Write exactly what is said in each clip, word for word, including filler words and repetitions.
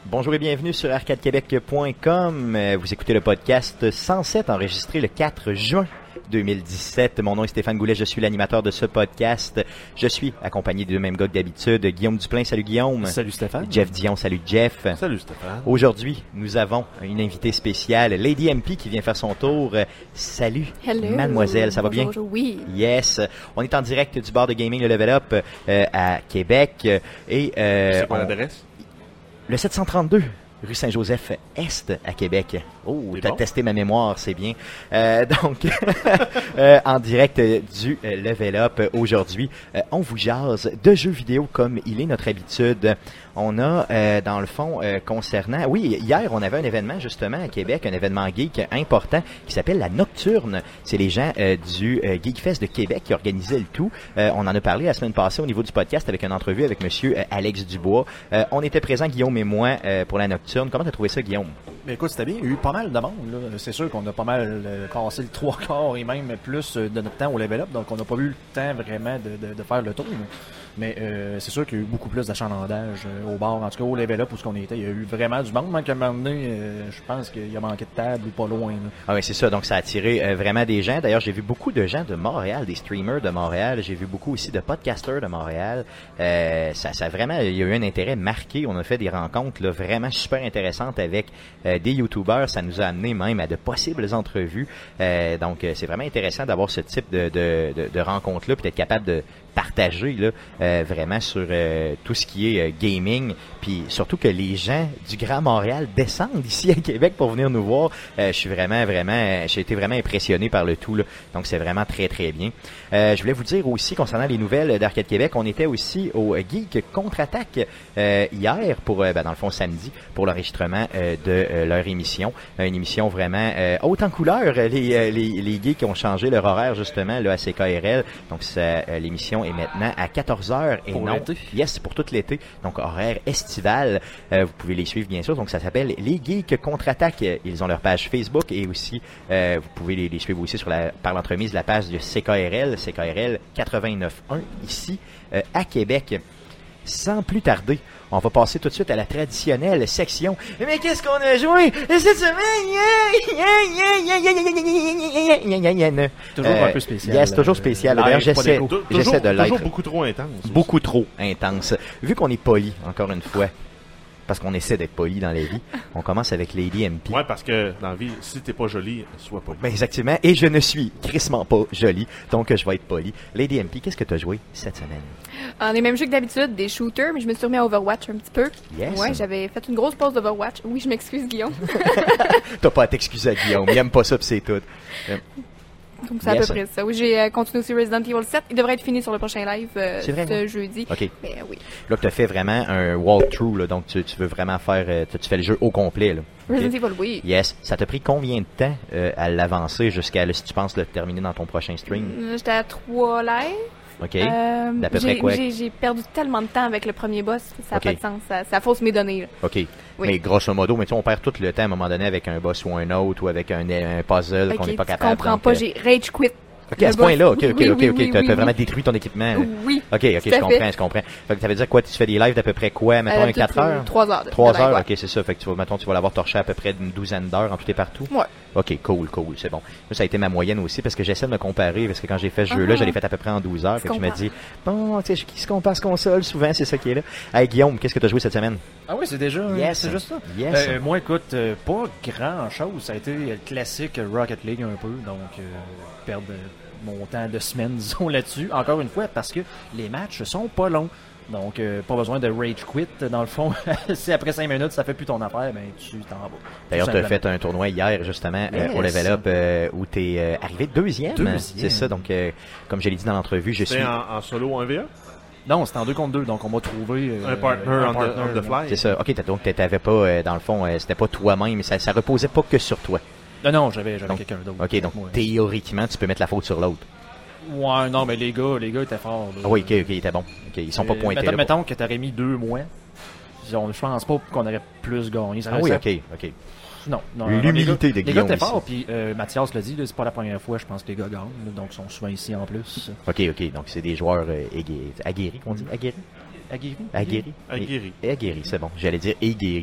Bonjour et bienvenue sur arcade québec point com. Vous écoutez le podcast cent sept enregistré le quatre juin deux mille dix-sept. Mon nom est Stéphane Goulet, je suis l'animateur de ce podcast. Je suis accompagné du même gars que d'habitude, Guillaume Duplain. Salut Guillaume. Salut Stéphane. Jeff Dion. Salut Jeff. Salut Stéphane. Aujourd'hui, nous avons une invitée spéciale, Lady M P, qui vient faire son tour. Salut. Hello. Mademoiselle, ça va bonjour, bien? Bonjour, oui. Yes. On est en direct du bar de gaming Le Level Up euh, à Québec. Et, euh, C'est quoi on... l'adresse? Le sept cent trente-deux. Rue Saint-Joseph-Est à Québec. Oh, t'as bon. Testé ma mémoire, c'est bien. Euh, donc, euh, en direct du euh, Level Up aujourd'hui, euh, on vous jase de jeux vidéo comme il est notre habitude. On a, euh, dans le fond, euh, concernant... Oui, hier, on avait un événement, justement, à Québec, un événement geek important qui s'appelle la Nocturne. C'est les gens euh, du euh, Geekfest de Québec qui organisaient le tout. Euh, on en a parlé la semaine passée au niveau du podcast avec une entrevue avec monsieur euh, Alex Dubois. Euh, on était présents, Guillaume et moi, euh, pour la Nocturne. Comment t'as trouvé ça, Guillaume? Mais écoute, c'était bien. Il y a eu pas mal de monde. Là. C'est sûr qu'on a pas mal euh, passé le trois quarts et même plus euh, de notre temps au level up. Donc, on n'a pas eu le temps vraiment de, de, de faire le tour. Mais, mais euh, c'est sûr qu'il y a eu beaucoup plus d'achalandage euh, au bar. En tout cas, au level up où ce qu'on était, il y a eu vraiment du monde. Même qu'à un moment donné, euh, je pense qu'il y a manqué de table ou pas loin. Là. Ah oui, c'est ça. Donc, ça a attiré euh, vraiment des gens. D'ailleurs, j'ai vu beaucoup de gens de Montréal, des streamers de Montréal. J'ai vu beaucoup aussi de podcasters de Montréal. Euh, ça, ça vraiment, il y a eu un intérêt marqué. On a fait des rencontres là, vraiment super intéressantes avec euh, des YouTubers. Ça nous a amené même à de possibles entrevues. Euh, donc, euh, c'est vraiment intéressant d'avoir ce type de, de, de, de rencontres-là, puis d'être capable de partager là, euh, vraiment sur euh, tout ce qui est euh, gaming, puis surtout que les gens du Grand Montréal descendent ici à Québec pour venir nous voir. Euh, je suis vraiment, vraiment, euh, j'ai été vraiment impressionné par le tout, là. Donc c'est vraiment très, très bien. Euh, je voulais vous dire aussi, concernant les nouvelles d'Arcade Québec, on était aussi au Geek Contre-Attaque euh, hier, pour euh, ben, dans le fond samedi, pour l'enregistrement euh, de euh, leur émission. Une émission vraiment euh, haute en couleur. Les, les, les geeks ont changé leur horaire justement là, à C K R L. Donc ça, euh, l'émission est maintenant à quatorze heures et pour non, l'été. yes, pour tout l'été, donc horaire estival. Euh, vous pouvez les suivre bien sûr, donc ça s'appelle Les Geeks Contre-Attaque. Ils ont leur page Facebook et aussi euh, vous pouvez les, les suivre aussi sur la, par l'entremise de la page de C K R L, C K R L quatre-vingt-neuf un ici euh, à Québec. Sans plus tarder, on va passer tout de suite à la traditionnelle section. Mais qu'est-ce qu'on a joué cette semaine? Toujours euh, un peu spécial. Yes, toujours spécial. Euh, D'ailleurs, live, j'essaie, Toujours, j'essaie de l'être. toujours beaucoup trop intense. Beaucoup trop intense. Vu qu'on est poli, encore une fois, parce qu'on essaie d'être poli dans la vie, on commence avec Lady M P. Ouais, parce que dans la vie, si t'es pas jolie, sois poli. Ben exactement. Et je ne suis crissement pas jolie, donc je vais être poli. Lady M P, qu'est-ce que tu as joué cette semaine? On les mêmes jeux que d'habitude, des shooters, mais je me suis remis à Overwatch un petit peu. Yes. Ouais, j'avais fait une grosse pause d'Overwatch. Oui, je m'excuse, Guillaume. T'as pas à t'excuser à Guillaume, il aime pas ça pis c'est tout. Euh, Donc, c'est à Yes. peu près ça. Oui, j'ai euh, continué aussi Resident Evil sept. Il devrait être fini sur le prochain live euh, C'est vrai, ce ouais. jeudi. OK. Mais oui. Là, tu as fait vraiment un walkthrough, là, donc tu, tu veux vraiment faire... euh, tu, tu fais le jeu au complet, là. Resident OK. Evil, oui. Yes. Ça t'a pris combien de temps euh, à l'avancer jusqu'à, là, si tu penses le terminer dans ton prochain stream? Euh, J'étais à trois lives. OK. Euh, D'à peu j'ai- près quoi? J'ai j'ai perdu tellement de temps avec le premier boss, ça n'a Ok. pas de sens. Ça, ça fausse mes données. Là. OK. Oui. Mais grosso modo, mais tu sais, on perd tout le temps à un moment donné avec un boss ou un autre ou avec un, un puzzle qu'on Ok, n'est pas tu capable. comprends donc, pas, euh, j'ai rage quit. OK, à Le ce point-là, OK, boss. OK, Oui, OK, oui, OK. oui, T'as oui, t'as vraiment oui. détruit ton équipement. là. Oui. OK, OK, Tout je à fait. comprends, je comprends. Fait que ça veut dire quoi? Tu fais des lives d'à peu près quoi? Mettons Euh, un quatre tout, heures? Trois heures. de- Trois de live, heures, ouais. OK, c'est ça. Fait que tu vas, mettons, tu vas l'avoir torché à peu près d'une douzaine d'heures en tout et partout. Ouais. OK, cool, cool, c'est bon. Moi, ça a été ma moyenne aussi parce que j'essaie de me comparer parce que quand j'ai fait ce Ah. jeu-là, je l'ai fait à peu près en douze heures. Je Fait que je me comprends. dis, bon, tu sais, qui se compare ce console, souvent, c'est ça qui est là. Hey, Guillaume, qu'est-ce que tu as joué cette semaine? Ah oui, c'est déjà. Yes. C'est juste ça. Yes. Euh, moi, écoute, euh, pas grand chose. Ça a été le classique Rocket League un peu. Donc, euh, perdre euh, mon temps de semaine, disons, là-dessus. Encore une fois, parce que les matchs sont pas longs. Donc, euh, pas besoin de rage quit. Dans le fond, si après cinq minutes, ça fait plus ton affaire, ben tu t'en vas. D'ailleurs, Tout tu as simplement. fait un tournoi hier, justement, euh, au Yes. Level Up, euh, où tu es arrivé deuxième. Deuxième. C'est ça, donc, euh, comme je l'ai dit dans l'entrevue, je suis... C'est en, en solo un v un? Non, c'était en deux contre deux, donc on m'a trouvé euh, Un partner on, the, on the fly? C'est ça. OK, t'as- donc t'avais pas, euh, dans le fond, euh, c'était pas toi-même, ça, ça reposait pas que sur toi. Non, non, j'avais, j'avais Donc, quelqu'un d'autre. OK, donc Ouais. théoriquement, tu peux mettre la faute sur l'autre. Ouais, non, mais les gars, les gars étaient forts. là. Ah oui, OK, OK, il était bon. OK, ils sont pas Euh, pointés. Mettons, là, mettons que t'aurais mis deux mois. On- Je pense pas qu'on aurait plus gagné. Ça Ah oui, restait- OK, OK. Non, non. L'humilité les gars, de Les Guillaume gars étaient ici. forts, puis euh, Mathias l'a dit, là, c'est pas la première fois, je pense que les gars gagnent, là, donc ils sont souvent ici en plus. OK, OK, donc c'est des joueurs euh, aguerris. Aguerris, qu'on dit? Aguerris? Aguerri? Aguerris? Aguerri. Et- Aguerris, c'est bon. J'allais dire aguerris.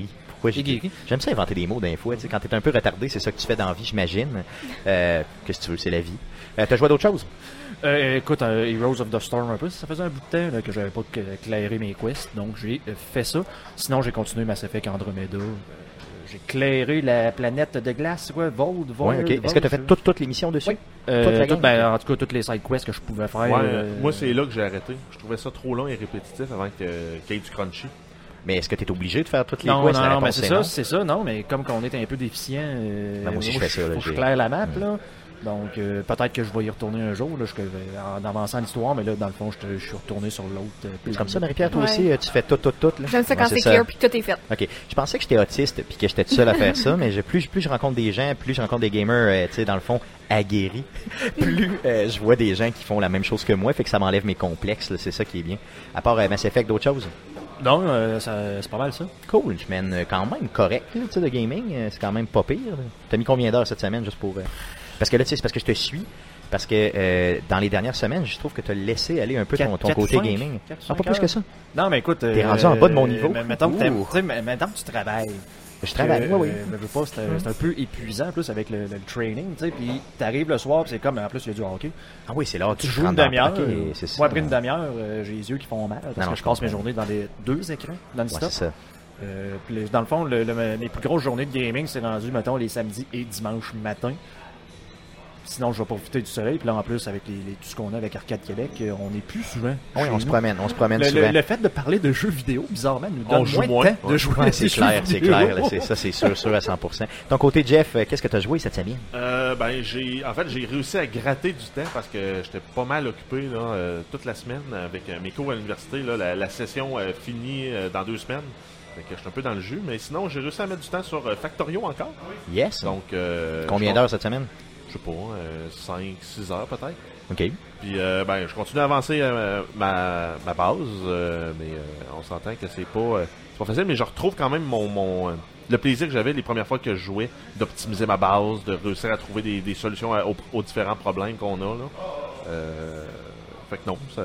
fois. J'ai- Égérie. J'aime ça inventer des mots d'un fois. Tu sais, quand t'es un peu retardé, c'est ça que tu fais dans la vie, j'imagine. Euh, Qu'est-ce que tu veux, c'est la vie. Euh, T'as joué à d'autres choses? Euh, écoute, euh, Heroes of the Storm un peu, ça faisait un bout de temps là, que j'avais pas clairé mes quests, donc j'ai euh, fait ça. Sinon, j'ai continué Mass Effect Andromeda. Euh, j'ai clairé la planète de glace, quoi, Vold, Vold. Ouais, ok. Est-ce que t'as fait toutes, toutes les missions dessus? Oui. Toute Euh, la tout- game? ben, en tout cas, toutes les side quests que je pouvais faire. Ouais, euh, moi, c'est là que j'ai arrêté. Je trouvais ça trop long et répétitif avant que- qu'il y ait du crunchy. Mais est-ce que t'es obligé de faire toutes les Non, quests? non, La non, mais réponse c'est est ça, non. c'est ça, non, mais comme qu'on est un peu déficient, euh, Ben, moi aussi, je fais ça, là, faut que je j'ai- claire la map, là. Donc, euh, peut-être que je vais y retourner un jour, là, je, en avançant l'histoire, mais là, dans le fond, je, te- je suis retourné sur l'autre. euh, C'est comme ça, Marie-Pierre, toi Ouais. aussi, euh, tu fais tout, tout, tout, là? J'aime ça quand Ouais, c'est ça. clear puis que tout est fait. Ok, je pensais que j'étais autiste puis que j'étais tout seul à faire ça, mais je- plus, plus je rencontre des gens, plus je rencontre des gamers, euh, tu sais, dans le fond, aguerris, plus euh, je vois des gens qui font la même chose que moi, fait que ça m'enlève mes complexes, là, c'est ça qui est bien. À part euh, Mass Effect, d'autres choses? Non, euh, ça- c'est pas mal ça. Cool, je mène euh, quand même correct, là, tu sais, de gaming, euh, c'est quand même pas pire. là. T'as mis combien d'heures cette semaine, juste pour... euh, Parce que là, tu sais, c'est parce que je te suis, parce que euh, dans les dernières semaines, je trouve que t'as laissé aller un peu ton, Quatre- ton quatre, côté cinq, gaming. quatre, Ah, cinq pas plus que heures. ça. Non, mais écoute. T'es rendu en bas de mon niveau. mais Mettons que, t'aimes- Ouh. tu sais, mais mettons que tu travailles. Je travaille, que, oui, oui. euh, mais veux pas, c'est un, c'est un peu épuisant, en plus, avec le, le training, tu sais. Puis t'arrives le soir, puis c'est comme, en plus, il y a du hockey. Ah oui, c'est là, Tu joues une demi-heure. euh, Moi, après une demi-heure, euh, j'ai les yeux qui font mal, parce Non, non, que je je passe mes comprends. journées dans les deux écrans, Ouais, non-stop. c'est ça. Euh, puis les- dans le fond, le, le- les plus grosses journées de gaming, c'est rendu, mettons, les samedis et dimanches matin. Sinon, je vais profiter du soleil. Puis là, en plus, avec les, les- tout ce qu'on a avec Arcade Québec, euh, on est plus souvent. Oui, chez on se nous. promène, on se promène Le, souvent. le- le fait de parler de jeux vidéo, bizarrement, nous On donne joue moins, moins. de temps de Ouais. jouer Ouais, à c'est des jeux clair, c'est vidéo. clair, là, c'est ça, c'est sûr, sûr à cent pour cent. Ton côté, Jeff, euh, qu'est-ce que tu as joué cette semaine? Euh, ben, j'ai, en fait, j'ai réussi à gratter du temps parce que j'étais pas mal occupé là, euh, toute la semaine avec euh, mes cours à l'université. Là, la, la session euh, finit euh, dans deux semaines. Fait que je suis un peu dans le jus. Mais sinon, j'ai réussi à mettre du temps sur euh, Factorio encore. Yes. Donc, euh, Combien je- d'heures cette semaine? Je sais pas, euh, cinq six heures peut-être. OK. Puis, euh, ben, je continue à avancer euh, ma, ma base, euh, mais euh, on s'entend que c'est pas, euh, c'est pas facile, mais je retrouve quand même mon, mon euh, le plaisir que j'avais les premières fois que je jouais, d'optimiser ma base, de réussir à trouver des, des solutions à- aux, aux différents problèmes qu'on a. Là. Euh, fait que non, ça,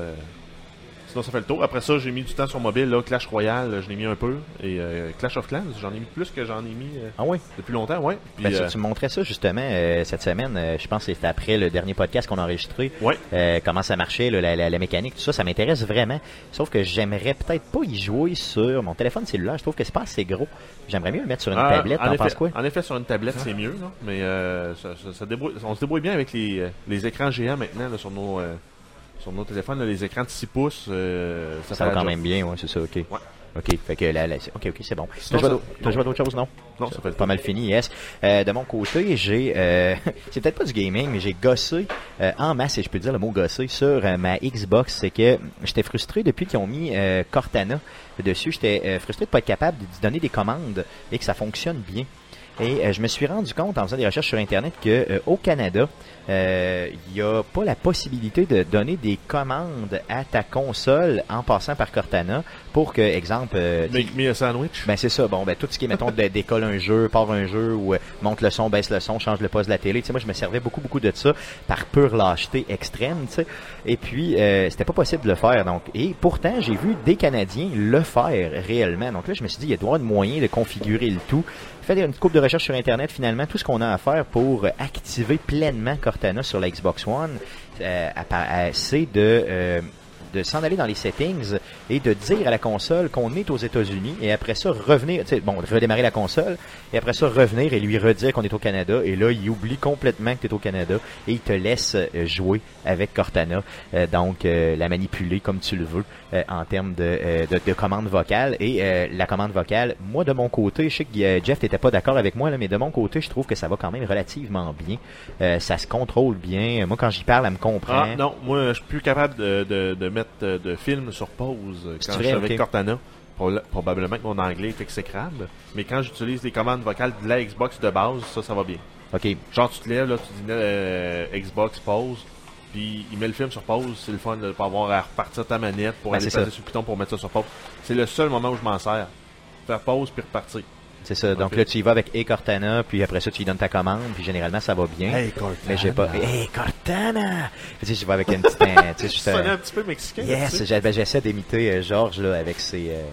sinon ça fait le tour. Après ça, j'ai mis du temps sur mobile, là, Clash Royale, je l'ai mis un peu, et euh, Clash of Clans, j'en ai mis plus que j'en ai mis euh, Ah oui? depuis longtemps, ouais. Puis, Ben, ça, euh, tu me montrais ça justement euh, cette semaine. euh, je pense que c'était après le dernier podcast qu'on a enregistré. ouais. Euh, comment ça marchait, là, la, la, la mécanique, tout ça, ça m'intéresse vraiment. Sauf que j'aimerais peut-être pas y jouer sur mon téléphone cellulaire. Je trouve que c'est pas assez gros. J'aimerais mieux le mettre sur une Ah, tablette. en T'en effet, penses quoi? En effet, sur une tablette, c'est mieux, là, mais euh, ça, ça- ça débrouille- on se débrouille bien avec les, euh, les écrans géants maintenant là, sur nos euh, sur nos téléphones, là, les écrans de six pouces. euh, ça Ça fait va la quand job. même bien, ouais, c'est ça, ok. Ouais. Ok, fait que là, là, c'est- ok, ok, c'est bon. T'as Sinon, joué, ça- à d'autres- t'as joué à d'autres choses, non? Non, ça fait le Pas mal fini, yes. Euh, de mon côté, j'ai, euh, c'est peut-être pas du gaming, mais j'ai gossé euh, en masse, et je peux dire le mot gossé, sur euh, ma Xbox. C'est que j'étais frustré depuis qu'ils ont mis euh, Cortana dessus. J'étais euh, frustré de pas être capable de lui donner des commandes et que ça fonctionne bien. Et euh, je me suis rendu compte en faisant des recherches sur Internet que euh, au Canada, euh, il n'y a pas la possibilité de donner des commandes à ta console en passant par Cortana pour que, exemple, euh, Make me a sandwich. ben c'est ça, bon, ben tout ce qui est, mettons, de- décolle un jeu, part un jeu, ou euh, monte le son, baisse le son, change le poste de la télé, tu sais, moi je me servais beaucoup, beaucoup de ça par pure lâcheté extrême, tu sais, et puis euh, c'était pas possible de le faire, donc, et pourtant j'ai vu des Canadiens le faire réellement, donc là je me suis dit, il y a doit y avoir moyen de configurer le tout, fait une couple de recherches sur Internet, finalement, tout ce qu'on a à faire pour euh, activer pleinement Cortana sur la Xbox One, euh, à par- à- c'est de... euh, de s'en aller dans les settings et de dire à la console qu'on est aux États-Unis et après ça revenir, tu sais, bon, redémarrer la console et après ça revenir et lui redire qu'on est au Canada et là il oublie complètement que tu es au Canada et il te laisse euh, jouer avec Cortana, euh, donc euh, la manipuler comme tu le veux euh, en termes de, euh, de, de commande vocale et euh, la commande vocale, moi de mon côté, je sais que euh, Jeff t'étais pas d'accord avec moi là, mais de mon côté je trouve que ça va quand même relativement bien, euh, ça se contrôle bien, moi quand j'y parle elle me comprend. Ah non, moi je suis plus capable de, de, de mettre euh, de film sur pause euh, C'est quand vrai, je suis avec ok. Cortana. Proba- Probablement que mon anglais est exécrable, mais quand j'utilise les commandes vocales de la Xbox de base, ça, ça va bien. Ok, Genre, tu te lèves, là, tu dis euh, Xbox pause, puis il met le film sur pause, c'est le fun de pas avoir à repartir ta manette pour Ben, aller c'est passer ça. sur le piton pour mettre ça sur pause. C'est le seul moment où je m'en sers. Faire pause puis repartir. c'est ça. Donc Ok. là, tu y vas avec et Cortana, puis après ça, tu lui donnes ta commande, puis généralement, ça va bien. Cortana. Mais j'ai pas. Hey, Cortana! Tu sais, je vais avec une petite. euh, tu sais, Tu juste, sonnais euh, un petit peu mexicain. tu yes, sais. j'ai- ben, j'essaie d'imiter euh, Georges, là, avec ses. euh,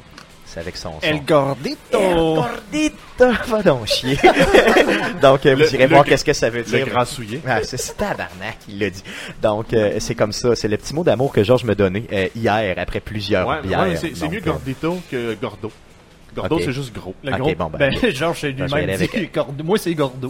C'est avec son son. El Gordito! El Gordito! Va donc chier. Donc, euh, vous Le- irez le voir gr- qu'est-ce que ça veut Le dire. grand souillé. Ah, c'est c'est tabarnak, il l'a dit. Donc, euh, c'est comme ça. C'est le petit mot d'amour que Georges me donnait euh, hier, après plusieurs Ouais, bières. ouais, mais c'est c'est Donc, mieux euh, Gordito que Gordo. Gordo, Ok. c'est juste gros. Le Ok, gros, bon, ben, ben, ok. Georges, c'est Ben, je vais lui-même aller dit, avec- Gordo. Moi, c'est Gordo.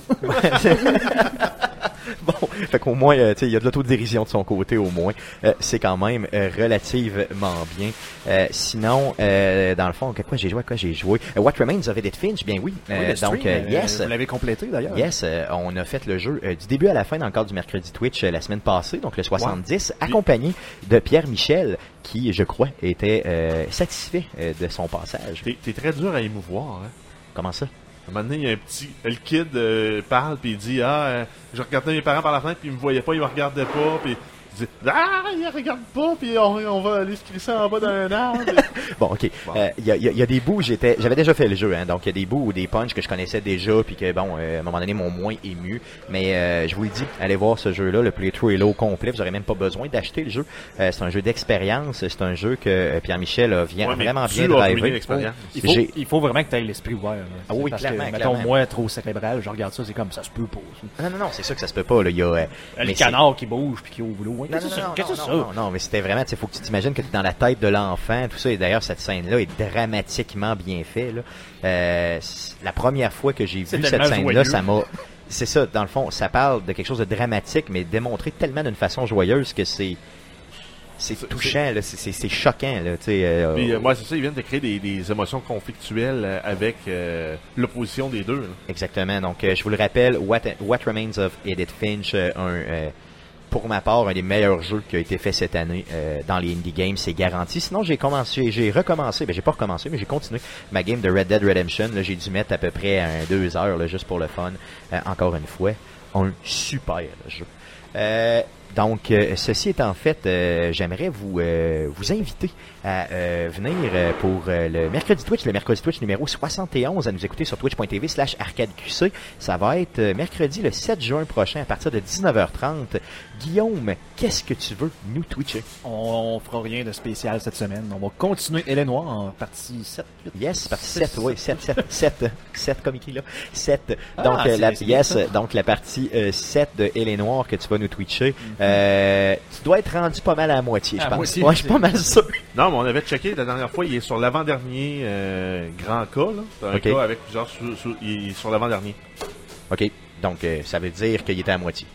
Bon, fait qu'au moins, euh, tu sais, il y a de l'autodérision de son côté, au moins. Euh, c'est quand même euh, relativement bien. Euh, sinon, euh, dans le fond, à quoi j'ai joué, à quoi j'ai joué? Euh, What Remains of Edith Finch, bien oui. Euh, Oui, le stream, donc, euh, euh, yes. Vous l'avez complété, d'ailleurs. Yes, euh, on a fait le jeu euh, du début à la fin dans le cadre du mercredi Twitch euh, la semaine passée, donc le soixante-dix, accompagné de Pierre Michel, qui, je crois, était euh, satisfait euh, de son passage. T'es t'es très dur à émouvoir, hein. Comment ça? À un moment donné, il y a un petit... Le kid euh, parle, puis il dit « Ah, euh, je regardais mes parents par la fenêtre, puis ils me voyaient pas, ils me regardaient pas, puis... » Il dit « Ah, ils regardent pas, puis on, on va aller se crisser en bas d'un arbre. » Bon, ok. Bon. Euh, Il y, a, il y a- il y a des bouts, j'étais, j'avais déjà fait le jeu, hein, donc il y a des bouts ou des punchs que je connaissais déjà, puis que bon, euh, à un moment donné, m'ont moins ému. Mais euh, je vous le dis, allez voir ce jeu-là, le playthrough est là au complet. Vous aurez même pas besoin d'acheter le jeu. Euh, c'est un jeu d'expérience. C'est un jeu que euh, Pierre-Michel a vient Ouais, mais vraiment tu bien as ruiné drivé. l'expérience. Il faut, J'ai- il faut vraiment que tu aies l'esprit ouvert. là. Ah oui, Parce clairement, que, mettons, clairement. moi, trop cérébral, je regarde ça, c'est comme ça se peut pas. ça. Non, non, non, c'est sûr que ça se peut pas. Là. Il y a, euh, Le mais c'est- canard qui bouge puis qui ouvre l'eau. Non, Qu'est-ce non, que c'est ça? non, Qu'est-ce que non, c'est ça? non, non, non, mais c'était vraiment, il faut que tu t'imagines que tu es dans la tête de l'enfant, tout ça, et d'ailleurs, cette scène-là est dramatiquement bien faite, là. Euh, c- la première fois que j'ai C'est vu cette tellement scène-là, joyeux. ça m'a, c'est ça, dans le fond, ça parle de quelque chose de dramatique, mais démontré tellement d'une façon joyeuse que c'est, c'est C'est- touchant, là, c'est, c'est, c'est choquant, là, tu sais. euh, Puis, euh, ouais, c'est ça, ils viennent de créer des, des émotions conflictuelles euh, avec euh, l'opposition des deux. là. Exactement. Donc, euh, je vous le rappelle, What, What Remains of Edith Finch, euh, un, euh, pour ma part, un des meilleurs jeux qui a été fait cette année euh, dans les indie games, c'est garanti. Sinon, j'ai commencé, j'ai recommencé, ben j'ai pas recommencé, mais j'ai continué ma game de Red Dead Redemption. Là, j'ai dû mettre à peu près un, deux heures, là, juste pour le fun. Euh, encore une fois, un super jeu. Euh, donc, euh, ceci étant fait, euh, j'aimerais vous euh, vous inviter à euh, venir euh, pour euh, le mercredi Twitch, le mercredi Twitch numéro soixante et onze, à nous écouter sur twitch.tv slash arcadeqc. Ça va être euh, mercredi le sept juin prochain à partir de dix-neuf heures trente. Guillaume, qu'est-ce que tu veux nous twitcher? On, on fera rien de spécial cette semaine. On va continuer Hélène Noire en partie sept. huit. Yes, partie Six. sept, oui, sept, sept, sept, sept comme écrit là, sept. Ah, Donc, euh, c'est- la, c'est yes, bien ça. donc la partie euh, sept de Hélène Noire que tu vas nous twitcher. Euh, tu dois être rendu pas mal à la moitié, je À pense. moitié, Ouais, je suis c'est- pas mal sûr. Non, mais on avait checké la dernière fois, il est sur l'avant-dernier euh, grand cas. là. C'est un Ok. cas avec plusieurs... sous- sous- il est sur l'avant-dernier. OK. Donc, euh, ça veut dire qu'il était à moitié.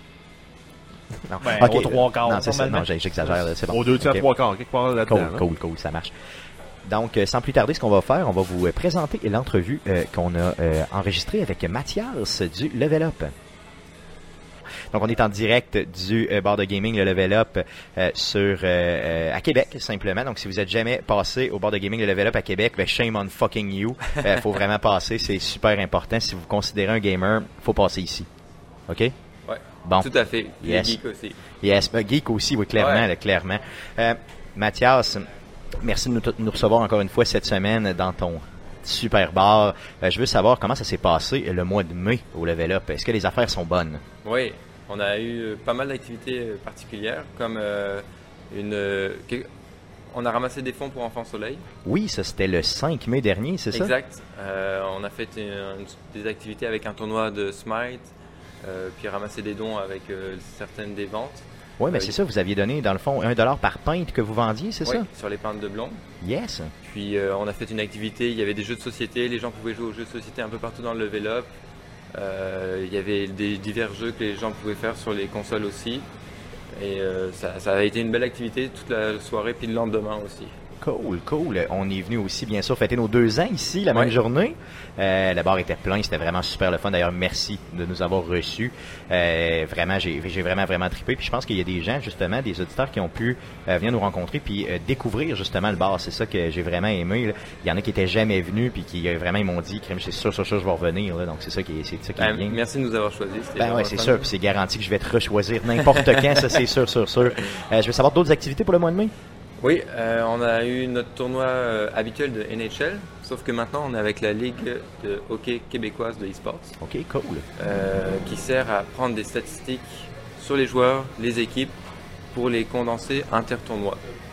Non. Ben, OK. aux trois quarts, Non, c'est ça. normalement. Non, j'ai- j'exagère. là, C'est bon. Au deux tiers, OK. trois quarts, quelque part là-dedans. Cool, là. cool, cool, ça marche. Donc, euh, sans plus tarder, ce qu'on va faire, on va vous euh, présenter l'entrevue euh, qu'on a euh, enregistrée avec Mathias du Level Up. Donc, on est en direct du euh, bar de gaming, le Level Up, euh, sur euh, euh, à Québec, simplement. Donc, si vous êtes jamais passé au bar de gaming, le Level Up à Québec, ben, shame on fucking you. Euh, faut vraiment passer, c'est super important. Si vous vous considérez un gamer, faut passer ici. OK? Ouais. Bon. Tout à fait. Les Yes. geeks aussi. Yes, ben, geek aussi, oui, clairement, Ouais. là, clairement. Euh, Mathias, merci de nous, t- nous recevoir encore une fois cette semaine dans ton super bar. Euh, je veux savoir comment ça s'est passé le mois de mai au Level Up. Est-ce que les affaires sont bonnes? Oui, on a eu euh, pas mal d'activités euh, particulières, comme euh, une. euh, que- on a ramassé des fonds pour Enfants Soleil. Oui, ça c'était le cinq mai dernier, c'est ça? Exact. Euh, on a fait une- une- des activités avec un tournoi de Smite, euh, puis ramassé des dons avec euh, certaines des ventes. Oui, mais Oui. c'est ça, vous aviez donné dans le fond un dollar par pinte que vous vendiez, c'est Oui, ça? sur les pintes de blond. Yes. Puis euh, on a fait une activité, il y avait des jeux de société, les gens pouvaient jouer aux jeux de société un peu partout dans le level up. Euh, il y avait des divers jeux que les gens pouvaient faire sur les consoles aussi. Et euh, ça, ça a été une belle activité toute la soirée, puis le lendemain aussi. Cool, cool. On est venu aussi, bien sûr, fêter nos deux ans ici, la Ouais. même journée. Euh, le bar était plein, c'était vraiment super le fun. D'ailleurs, merci de nous avoir reçus. Euh, vraiment, j'ai j'ai vraiment, vraiment trippé. Puis je pense qu'il y a des gens, justement, des auditeurs qui ont pu euh, venir nous rencontrer puis euh, découvrir, justement, le bar. C'est ça que j'ai vraiment aimé, là. Il y en a qui étaient jamais venus puis qui euh, vraiment, ils m'ont dit, crème, c'est sûr, sûr, sûr, je vais revenir, là. Donc, c'est ça qui est, c'est ça qui est Ben, bien. merci de nous avoir choisis. c'était Ben vraiment ouais, c'est fun. sûr, puis c'est garanti que je vais te rechoisir n'importe quand, ça c'est sûr, sûr, sûr. Euh, je veux savoir d'autres activités pour le mois de mai? Oui, euh, on a eu notre tournoi euh, habituel de N H L, sauf que maintenant on est avec la Ligue de hockey québécoise de e-sports, Ok, cool. euh, qui sert à prendre des statistiques sur les joueurs, les équipes, pour les condenser inter-tournois.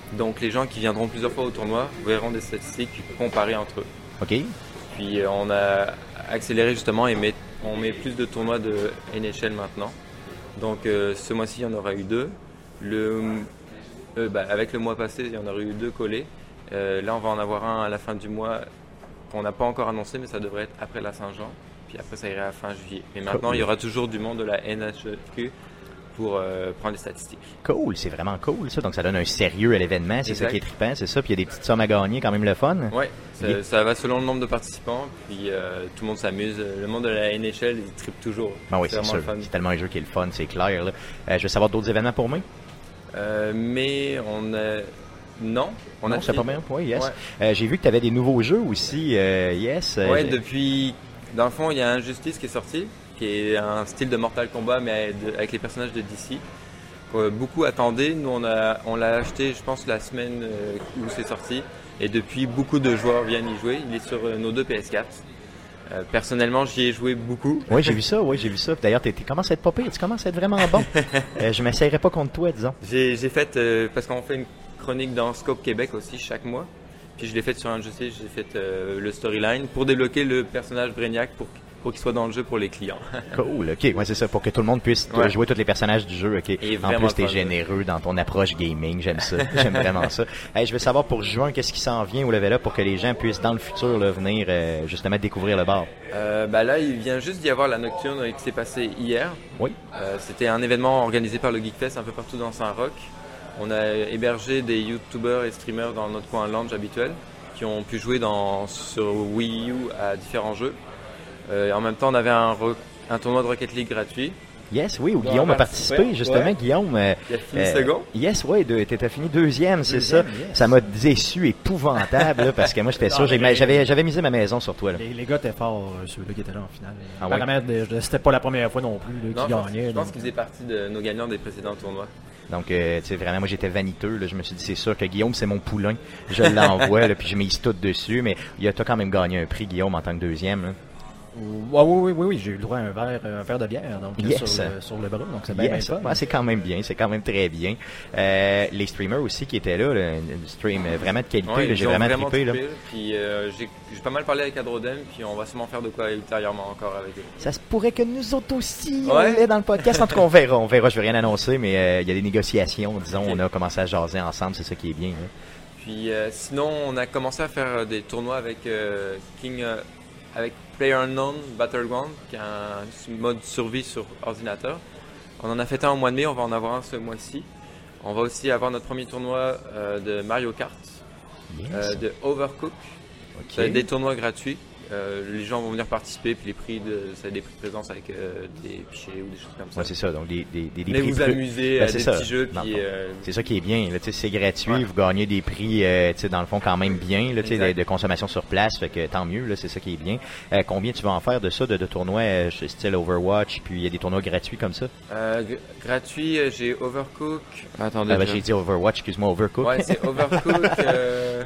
Donc les gens qui viendront plusieurs fois au tournoi verront des statistiques comparées entre eux. OK. Puis euh, on a accéléré justement et met, on met plus de tournois de N H L maintenant. Donc euh, ce mois-ci, il y en aura eu deux. Le, euh, bah, avec le mois passé, il y en aurait eu deux collés. Euh, là, on va en avoir un à la fin du mois qu'on n'a pas encore annoncé, mais ça devrait être après la Saint-Jean. Puis après, ça irait à fin juillet. Mais maintenant, Cool. il y aura toujours du monde de la N H Q pour euh, prendre les statistiques. Cool, c'est vraiment cool ça. Donc ça donne un sérieux à l'événement, c'est ça Exact. qui est trippant, c'est ça. Puis il y a des petites sommes à gagner, quand même le fun. Ouais, ça, Yeah. ça va selon le nombre de participants. Puis euh, tout le monde s'amuse. Le monde de la N H L, il trippe toujours. Ben oui, c'est vraiment sûr. le fun. C'est tellement un jeu qui est le fun, c'est clair. Là. Euh, je veux savoir d'autres événements pour moi. Euh, mais on a... Non, on non, a c'est fini. pas bien. Oui, yes. Ouais. Euh, j'ai vu que tu avais des nouveaux jeux aussi. Euh, yes. Euh, Ouais, j'ai- depuis... Dans le fond, il y a Injustice qui est sorti, qui est un style de Mortal Kombat, mais de- avec les personnages de D C. Que beaucoup attendaient. Nous, on, a, on l'a acheté, je pense, la semaine euh, où c'est sorti. Et depuis, beaucoup de joueurs viennent y jouer. Il est sur euh, nos deux P S quatre. Euh, personnellement, j'y ai joué beaucoup. Oui, j'ai vu ça, oui, j'ai vu ça. Puis d'ailleurs, tu commences à être pas pire, tu commences à être vraiment bon. euh, je m'essayerai pas contre toi, disons. J'ai, j'ai fait, euh, parce qu'on fait une chronique dans Scope Québec aussi chaque mois. Puis je l'ai fait sur Injustice, j'ai fait euh, le storyline pour débloquer le personnage Brainiac pour, pour qu'il soit dans le jeu pour les clients. Cool, ok, ouais, c'est ça, pour que tout le monde puisse Ouais. jouer tous les personnages du jeu, ok. Et En vraiment plus, t'es le fun, généreux dans ton approche gaming, j'aime ça, j'aime vraiment ça. Hey, je veux savoir pour juin, qu'est-ce qui s'en vient au level up pour que les gens puissent dans le futur là, venir euh, justement découvrir le bar. Euh, bah là, il vient juste d'y avoir la Nocturne qui s'est passée hier. Oui. Euh, c'était un événement organisé par le Geekfest un peu partout dans Saint-Roch. On a hébergé des youtubeurs et streamers dans notre coin lounge habituel qui ont pu jouer dans, sur Wii U à différents jeux. Euh, en même temps, on avait un, re- un tournoi de Rocket League gratuit. Yes, oui, où On Guillaume a a participé, participé, justement, ouais. Guillaume. euh, Il a fini euh, second. Yes, oui, t'étais fini deuxième, c'est ça. Deuxième, yes. Ça m'a déçu, épouvantable, là, parce que moi, j'étais sûr, j'ai- mais- j'avais j'avais misé ma maison sur toi. Là. Les, les gars étaient forts, euh, ceux-là qui étaient là en finale. Ah ouais? Apparemment, de- c'était pas la première fois non plus là, Non, qu'ils je pense, gagnaient. je pense donc. qu'il faisait partie de nos gagnants des précédents tournois. Donc, euh, tu sais, vraiment, moi, j'étais vaniteux. Là. Je me suis dit, c'est sûr que Guillaume, c'est mon poulain. Je l'envoie, là, puis je mise tout dessus. Mais il a t'as quand même gagné un prix, Guillaume, en tant que deuxième. Là. Ouais, oui, oui, oui, oui, j'ai eu le droit à un verre, un verre de bière donc, Yes. sur, le, sur le bras, donc c'est bien, Yes. bien fun. Ouais, c'est quand même bien, c'est quand même très bien. Euh, les streamers aussi qui étaient là, là un stream euh, vraiment de qualité, Ouais, là, j'ai ils ont vraiment trippé. Là. trippé, Puis euh, j'ai, j'ai pas mal parlé avec Adrodem, puis on va sûrement faire de quoi ultérieurement encore avec eux. Ça se pourrait que nous autres aussi, Ouais. on l'ait dans le podcast. En tout cas, on verra, on verra. Je vais rien annoncer, mais euh, il y a des négociations, disons. Ok. On a commencé à jaser ensemble, c'est ça qui est bien. Là. Puis euh, sinon, on a commencé à faire des tournois avec euh, King, euh, avec PlayerUnknown Battleground, qui est un mode survie sur ordinateur. On en a fait un au mois de mai, on va en avoir un ce mois-ci. On va aussi avoir notre premier tournoi euh, de Mario Kart, Yes. euh, de Overcook. Ok. Ça va être des tournois gratuits. Euh, les gens vont venir participer, puis les prix de, ça va être des prix de présence avec euh, des pichets ou des choses comme ça. Ouais, c'est ça. Donc, des, des, des, des Venez prix vous fru- amuser Ben, à c'est des ça, petits jeux, dans puis le fond. euh, C'est ça qui est bien. Là, tu sais, c'est gratuit, Ouais. vous gagnez des prix, euh, tu sais, dans le fond, quand même bien, là, tu sais, de, Exact. de consommation sur place. Fait que tant mieux, là, c'est ça qui est bien. Euh, combien tu vas en faire de ça, de, de tournois euh, style Overwatch, puis il y a des tournois gratuits comme ça? euh, g- gratuit, euh, j'ai Overcook. Attendez, Ah, ben, je- j'ai dit Overwatch, excuse-moi, Overcook. Ouais, c'est Overcook. euh,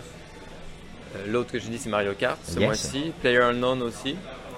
euh, L'autre que j'ai dit, c'est Mario Kart ce Yes. mois-ci. PlayerUnknown aussi.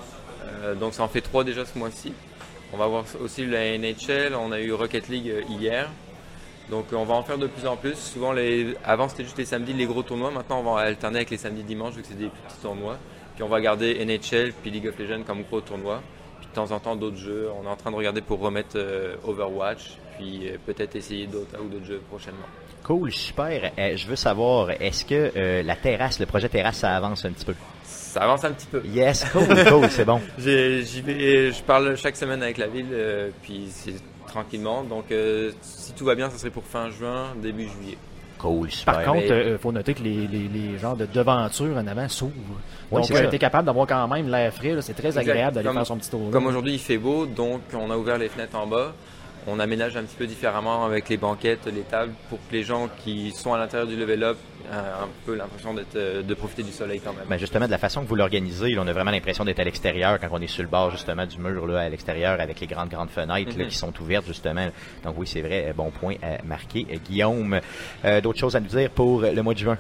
Euh, donc ça en fait trois déjà ce mois-ci. On va avoir aussi la N H L. On a eu Rocket League euh, hier. Donc on va en faire de plus en plus. Souvent, les... avant c'était juste les samedis, les gros tournois. Maintenant, on va alterner avec les samedis, dimanches, vu que c'est des petits tournois. Puis on va garder N H L puis League of Legends comme gros tournois. Puis de temps en temps d'autres jeux. On est en train de regarder pour remettre euh, Overwatch. Puis euh, peut-être essayer d'autres ou d'autres jeux prochainement. Cool, super. Euh, je veux savoir, est-ce que euh, la terrasse, le projet terrasse, ça avance un petit peu? Ça avance un petit peu. Yes, cool, cool, c'est bon. J'ai- J'y vais, je parle chaque semaine avec la ville, euh, puis c'est tranquillement. Donc, euh, si tout va bien, ça serait pour fin juin, début juillet. Cool, super. Par contre, mais- il faut noter que les, les, les genres de devanture en avant s'ouvrent. Ouais, Donc, c'est ça. tu es capable d'avoir quand même l'air frais. là. C'est très Exact. agréable d'aller Comme- faire son petit tour. là. Comme aujourd'hui, il fait beau, donc on a ouvert les fenêtres en bas. On aménage un petit peu différemment avec les banquettes, les tables, pour que les gens qui sont à l'intérieur du level up aient un peu l'impression d'être, euh, de profiter du soleil quand même. Ben justement, de la façon que vous l'organisez, là, on a vraiment l'impression d'être à l'extérieur quand on est sur le bord justement du mur là, à l'extérieur avec les grandes grandes fenêtres là, Mhm. qui sont ouvertes justement. Donc oui, c'est vrai, euh, bon point à marquer. Euh, Guillaume, euh, d'autres choses à nous dire pour le mois de juin?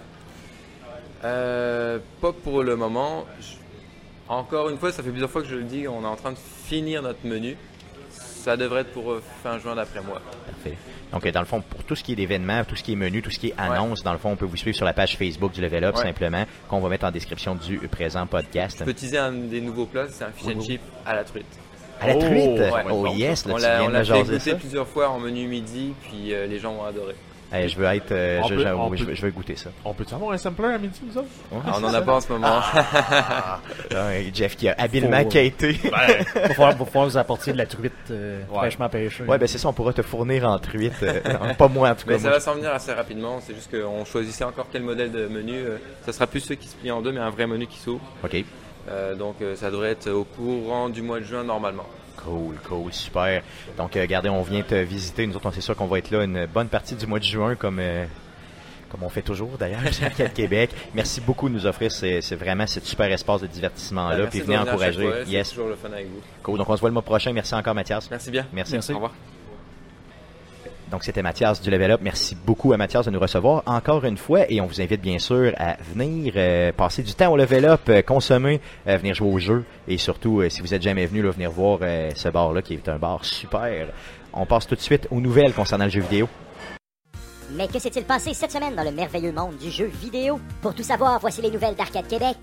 Euh, pas pour le moment. Je- Encore une fois, ça fait plusieurs fois que je le dis, on est en train de finir notre menu. ça devrait être pour euh, fin juin d'après moi. Parfait. Donc, euh, dans le fond, pour tout ce qui est d'événements, tout ce qui est menu, tout ce qui est annonce, ouais. dans le fond, on peut vous suivre sur la page Facebook du Level Up, ouais. simplement, qu'on va mettre en description du présent podcast. Je peux teaser un des nouveaux plats, c'est un fish and chip à la truite. À la truite? Oh, ouais. oh yes, là, on tu l'a, viens on de l'a me fait jaser goûter ça. plusieurs fois en menu midi, puis euh, les gens ont adoré. Hey, je veux être, euh, je, peut, je, oui, peut, je, veux, je veux goûter ça. On peut avoir un sampler à midi, nous autres? Ouais, ah, on n'en a pas en ce moment. Ah. ouais, Jeff qui a habilement Faut... quêté. Il ben. va falloir, falloir vous apporter de la truite euh, ouais. fraîchement pêchée. Ouais, ben c'est ça, on pourra te fournir en truite. Euh, non, pas moi en tout cas. Mais ça moi, va je... s'en venir assez rapidement. C'est juste qu'on choisissait encore quel modèle de menu. Euh, ça sera plus ceux qui se plient en deux, mais un vrai menu qui s'ouvre. OK. Euh, donc euh, ça devrait être au courant du mois de juin normalement. Cool, cool, super. Donc, euh, regardez, on vient te visiter. Nous autres, on sait sûr qu'on va être là une bonne partie du mois de juin, comme euh, comme on fait toujours d'ailleurs chez Arcade Québec. Merci beaucoup de nous offrir c'est, c'est vraiment ce super espace de divertissement-là. Ouais, puis venez encourager. Fois, yes. C'est toujours le fun avec vous. Cool. Donc, on se voit le mois prochain. Merci encore, Mathias. Merci bien. Merci. Merci. Au revoir. Donc, c'était Mathias du Level Up. Merci beaucoup à Mathias de nous recevoir encore une fois. Et on vous invite bien sûr à venir euh, passer du temps au Level Up, euh, consommer, euh, venir jouer au jeu. Et surtout, euh, si vous êtes jamais venu, là, venir voir euh, ce bar-là qui est un bar super. On passe tout de suite aux nouvelles concernant le jeu vidéo. Mais que s'est-il passé cette semaine dans le merveilleux monde du jeu vidéo? Pour tout savoir, voici les nouvelles d'Arcade Québec.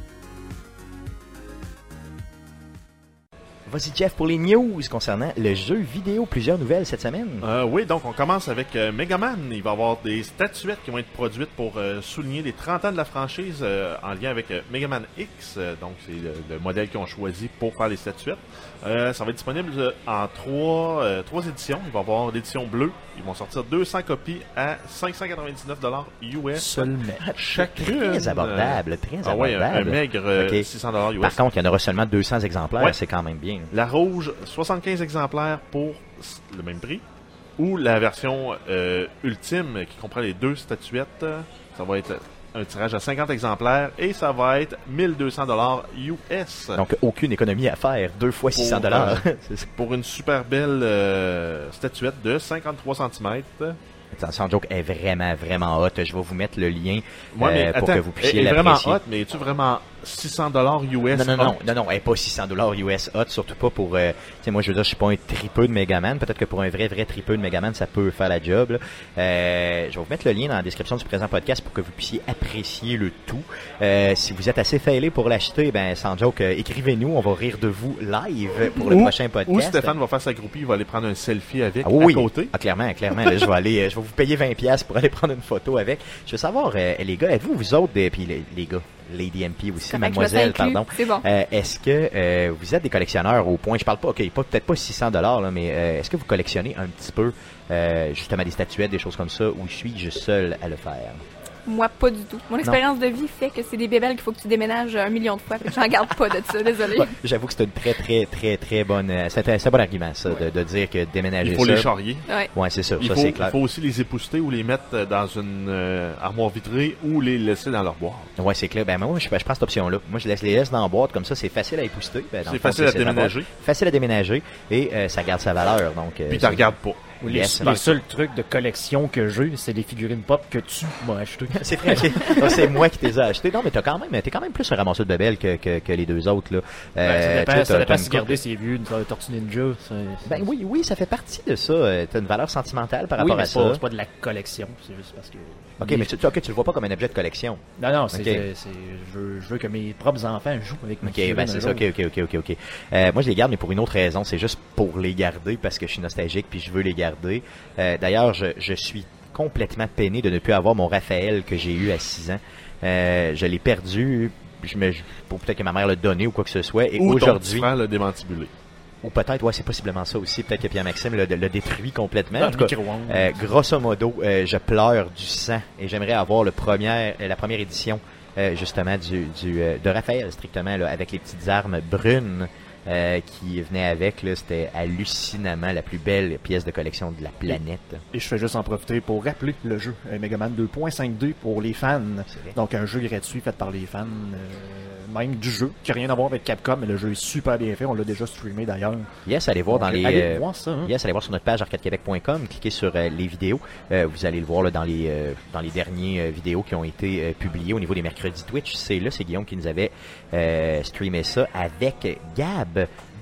Vas-y Jeff pour les news concernant le jeu vidéo. Plusieurs nouvelles cette semaine. Euh, oui, donc on commence avec euh, Megaman. Il va y avoir des statuettes qui vont être produites pour euh, souligner les trente ans de la franchise euh, en lien avec euh, Megaman X. Euh, donc c'est le, le modèle qu'ils ont choisi pour faire les statuettes. Euh, ça va être disponible euh, en trois, euh, trois éditions. Il va y avoir l'édition bleue. Ils vont sortir deux cents copies à cinq cent quatre-vingt-dix-neuf dollars U S. Seulement. Chacune. Très abordable, très ah ouais, abordable. Un maigre euh, okay. six cents dollars U S. Par contre, il y en aura seulement deux cents exemplaires. Ouais. C'est quand même bien. La rouge, soixante-quinze exemplaires pour le même prix. Ou la version euh, ultime qui comprend les deux statuettes. Ça va être un tirage à cinquante exemplaires et ça va être mille deux cents dollars U S. Donc, aucune économie à faire. Deux fois six cents dollars. Euh, pour une super belle euh, statuette de cinquante-trois centimètres. Sans joke, elle est vraiment, vraiment hot. Je vais vous mettre le lien ouais, mais euh, pour attends, que vous puissiez elle est l'apprécier. vraiment hot, mais es-tu vraiment six cents dollars U S? Non, non, non, non, non, elle n'est pas six cents dollars U S hot, surtout pas pour... Euh, tu sais, moi, je veux dire, je suis pas un tripeux de Megaman. Peut-être que pour un vrai, vrai tripeux de Megaman, ça peut faire la job. Là. Euh, je vais vous mettre le lien dans la description du présent podcast pour que vous puissiez apprécier le tout. Euh, si vous êtes assez failé pour l'acheter, ben sans joke, euh, écrivez-nous. On va rire de vous live pour le ou, prochain podcast. Ou Stéphane va faire sa groupie, il va aller prendre un selfie avec ah, oui, à côté. Ah, clairement, clairement. Là, je vais aller, je vais vous payer vingt dollars pour aller prendre une photo avec. Je veux savoir, euh, les gars, êtes-vous, vous autres, des, puis les, les gars, Lady M P aussi, mademoiselle, pardon. C'est bon. Euh, est-ce que euh, vous êtes des collectionneurs au point, je parle pas, ok, pas, peut-être pas six cents dollars, là, mais euh, est-ce que vous collectionnez un petit peu, euh, justement, des statuettes, des choses comme ça, ou suis-je seul à le faire? Moi, pas du tout. Mon expérience de vie fait que c'est des bébelles qu'il faut que tu déménages un million de fois. Je n'en garde pas de ça, désolé. Ouais, j'avoue que c'est une très, très, très, très bonne... Euh, c'est, un, c'est un bon argument, ça, ouais. de, de dire que déménager ça... Il faut ça, les charrier. Ouais, ouais c'est ça, il ça faut, c'est clair. Il faut aussi les épousseter ou les mettre dans une euh, armoire vitrée ou les laisser dans leur boîte. Ouais, c'est clair. Ben moi, je, je prends cette option-là. Moi, je laisse les laisse dans la boîte, comme ça, c'est facile à épousseter. Ben, c'est facile à déménager. Facile à déménager et euh, ça garde sa valeur. Donc, euh, puis tu regardes pas. Les, yes, les seuls trucs de collection que j'ai, c'est les figurines pop que tu m'as acheté. C'est vrai, donc, c'est moi qui t'ai acheté. Non, mais t'as quand même, t'es quand même plus un ramasseur de bébelles que, que, que les deux autres, là. Ben, euh, ça dépend, ça dépend si de... garder ses vieux, une Tortue Ninja. C'est, c'est... Ben oui, oui, ça fait partie de ça. T'as une valeur sentimentale par oui, rapport à c'est ça. Pas, c'est pas de la collection, c'est juste parce que... Ok, mais tu, okay, tu le vois pas comme un objet de collection. Non, non, c'est, okay. c'est, c'est je, veux, je veux que mes propres enfants jouent avec mes Ok, ben c'est ça, ok, ok, ok, ok, ok. Euh, moi, je les garde, mais pour une autre raison, c'est juste pour les garder parce que je suis nostalgique puis je veux les garder. Euh, d'ailleurs, je, je suis complètement peiné de ne plus avoir mon Raphaël que j'ai eu à six ans. Euh, je l'ai perdu, je me, pour peut-être que ma mère l'a donné ou quoi que ce soit. Et ou aujourd'hui, ton petit frère l'a démantibulé. Ou peut-être, ouais, c'est possiblement ça aussi. Peut-être que Pierre-Maxime l'a, l'a détruit complètement. Dans en tout cas, euh, grosso modo, euh, je pleure du sang et j'aimerais avoir le premier, la première édition euh, justement du, du euh, de Raphaël strictement là, avec les petites armes brunes euh, qui venaient avec. Là, c'était hallucinamment la plus belle pièce de collection de la planète. Et je fais juste en profiter pour rappeler le jeu euh, Megaman deux point cinq D pour les fans. Donc un jeu gratuit fait par les fans. Euh, même du jeu, qui n'a rien à voir avec Capcom, mais le jeu est super bien fait, on l'a déjà streamé d'ailleurs. Yes, allez voir Donc, dans les allez euh, voir ça, hein? Yes, allez voir sur notre page arcade québec point com, cliquez sur euh, les vidéos, euh, vous allez le voir là, dans les euh, dans les derniers euh, vidéos qui ont été euh, publiées au niveau des mercredis Twitch. C'est là, c'est Guillaume qui nous avait euh, streamé ça avec Gab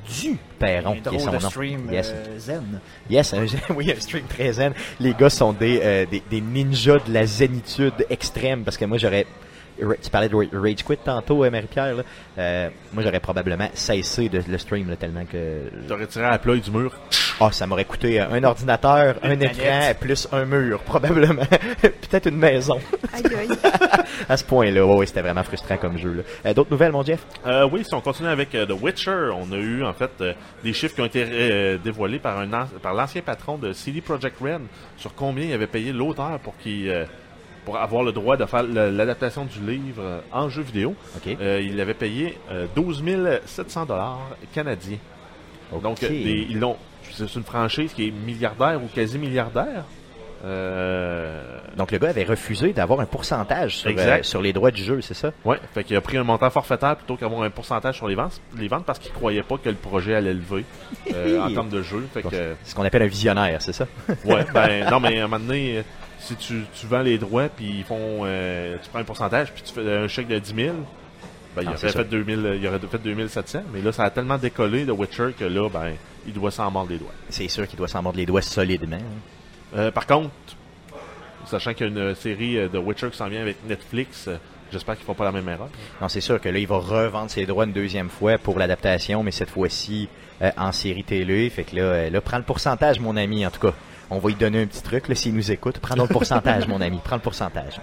du Perron, Un qui est drôle son de nom. stream Yes. euh, zen. Yes, un, oui, un stream très zen. Les gars sont des, euh, des, des ninjas de la zénitude extrême, parce que moi, j'aurais... Tu parlais de Rage Quit tantôt, euh, Marie-Pierre, là. Euh, moi, j'aurais probablement cessé de le stream, là, tellement que... T'aurais tiré à la ploie du mur. Ah, oh, ça m'aurait coûté un ordinateur, un Une écran, manette. plus un mur, probablement. Peut-être une maison. Aïe, aïe. À ce point-là, ouais, ouais, c'était vraiment frustrant comme jeu, là. Euh, d'autres nouvelles, mon Jeff? Euh, oui, si on continue avec euh, The Witcher, on a eu en fait euh, des chiffres qui ont été euh, dévoilés par un an- par l'ancien patron de C D Projekt Red sur combien il avait payé l'auteur pour qu'il euh, pour avoir le droit de faire le- l'adaptation du livre euh, en jeu vidéo. OK. Euh, il avait payé euh, douze mille sept cents dollars canadiens. Donc OK. euh, des- ils l'ont. C'est une franchise qui est milliardaire ou quasi milliardaire. Euh, Donc, le gars avait refusé d'avoir un pourcentage sur, Exact. euh, sur les droits du jeu, c'est ça? Ouais, fait qu'il a pris un montant forfaitaire plutôt qu'avoir un pourcentage sur les ventes, les ventes parce qu'il croyait pas que le projet allait lever euh, en termes de jeu. Fait que, C'est ce qu'on appelle un visionnaire, c'est ça? ouais, ben non, mais à un moment donné, euh, si tu, tu vends les droits puis ils font, euh, tu prends un pourcentage puis tu fais un chèque de dix mille, ben il Ah, aurait c'est ça. fait deux mille, il aurait fait deux mille sept cents, mais là ça a tellement décollé de Witcher que là, ben il doit s'en mordre les doigts. C'est sûr qu'il doit s'en mordre les doigts solidement. hein. Euh, par contre, sachant qu'il y a une série euh, de Witcher qui s'en vient avec Netflix, euh, j'espère qu'ils font pas la même erreur. Non, c'est sûr que là, il va revendre ses droits une deuxième fois pour l'adaptation, mais cette fois-ci euh, en série télé. Fait que là, euh, là, prends le pourcentage, mon ami, en tout cas. On va lui donner un petit truc, là, s'il nous écoute. Prends donc le pourcentage, mon ami. Prends le pourcentage.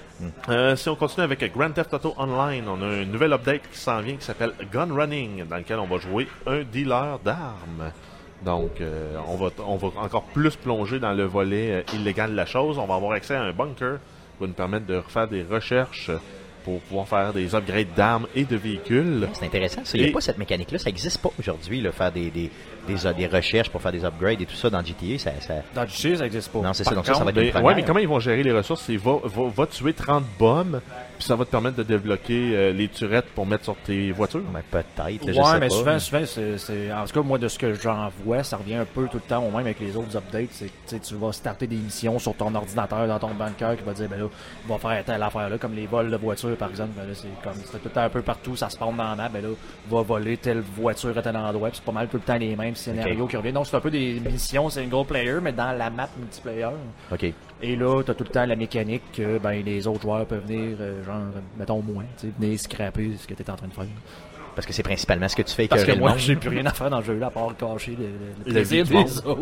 Euh, si on continue avec Grand Theft Auto Online, on a une nouvelle update qui s'en vient qui s'appelle Gun Running, dans lequel on va jouer un dealer d'armes. Donc, euh, on va on va encore plus plonger dans le volet euh, illégal de la chose. On va avoir accès à un bunker qui va nous permettre de refaire des recherches euh, pour pouvoir faire des upgrades d'armes et de véhicules. C'est intéressant, ça. Il n'y a Et- pas cette mécanique-là. Ça n'existe pas aujourd'hui, là, faire des, des, des, des recherches pour faire des upgrades et tout ça dans G T A. Ça, ça... Dans du G, ça n'existe pas. Non, c'est ça. Par Donc ça, ça va contre, être une ben, première. ouais, mais comment ils vont gérer les ressources? C'est va, va, va tuer trente bombes, puis ça va te permettre de débloquer euh, les turettes pour mettre sur tes voitures. Ben, peut-être, là, je Ouais, sais mais pas. souvent, souvent c'est, c'est- en tout cas, moi, de ce que j'en vois, ça revient un peu tout le temps, au même avec les autres updates. C'est que tu sais, tu vas starter des missions sur ton ordinateur, dans ton bunker, qui va dire, ben là, on va faire telle affaire là, comme les vols de voitures, par exemple. Ben là, c'est comme, c'est tout le temps un peu partout, ça se passe dans la map, ben là, va voler telle voiture à tel endroit, puis c'est pas mal tout le temps les mêmes scénarios Ok. qui reviennent. Donc, c'est un peu des missions single player, mais dans la map multiplayer. OK. Et là, t'as tout le temps la mécanique que, ben, les autres joueurs peuvent venir, euh, genre, mettons, moins, tu sais, venir scraper ce que t'es en train de faire. Parce que c'est principalement ce que tu fais Parce que écœurer le moi, monde. j'ai plus rien à faire dans le jeu là, à part cacher le, le, le La plaisir vie du des autres.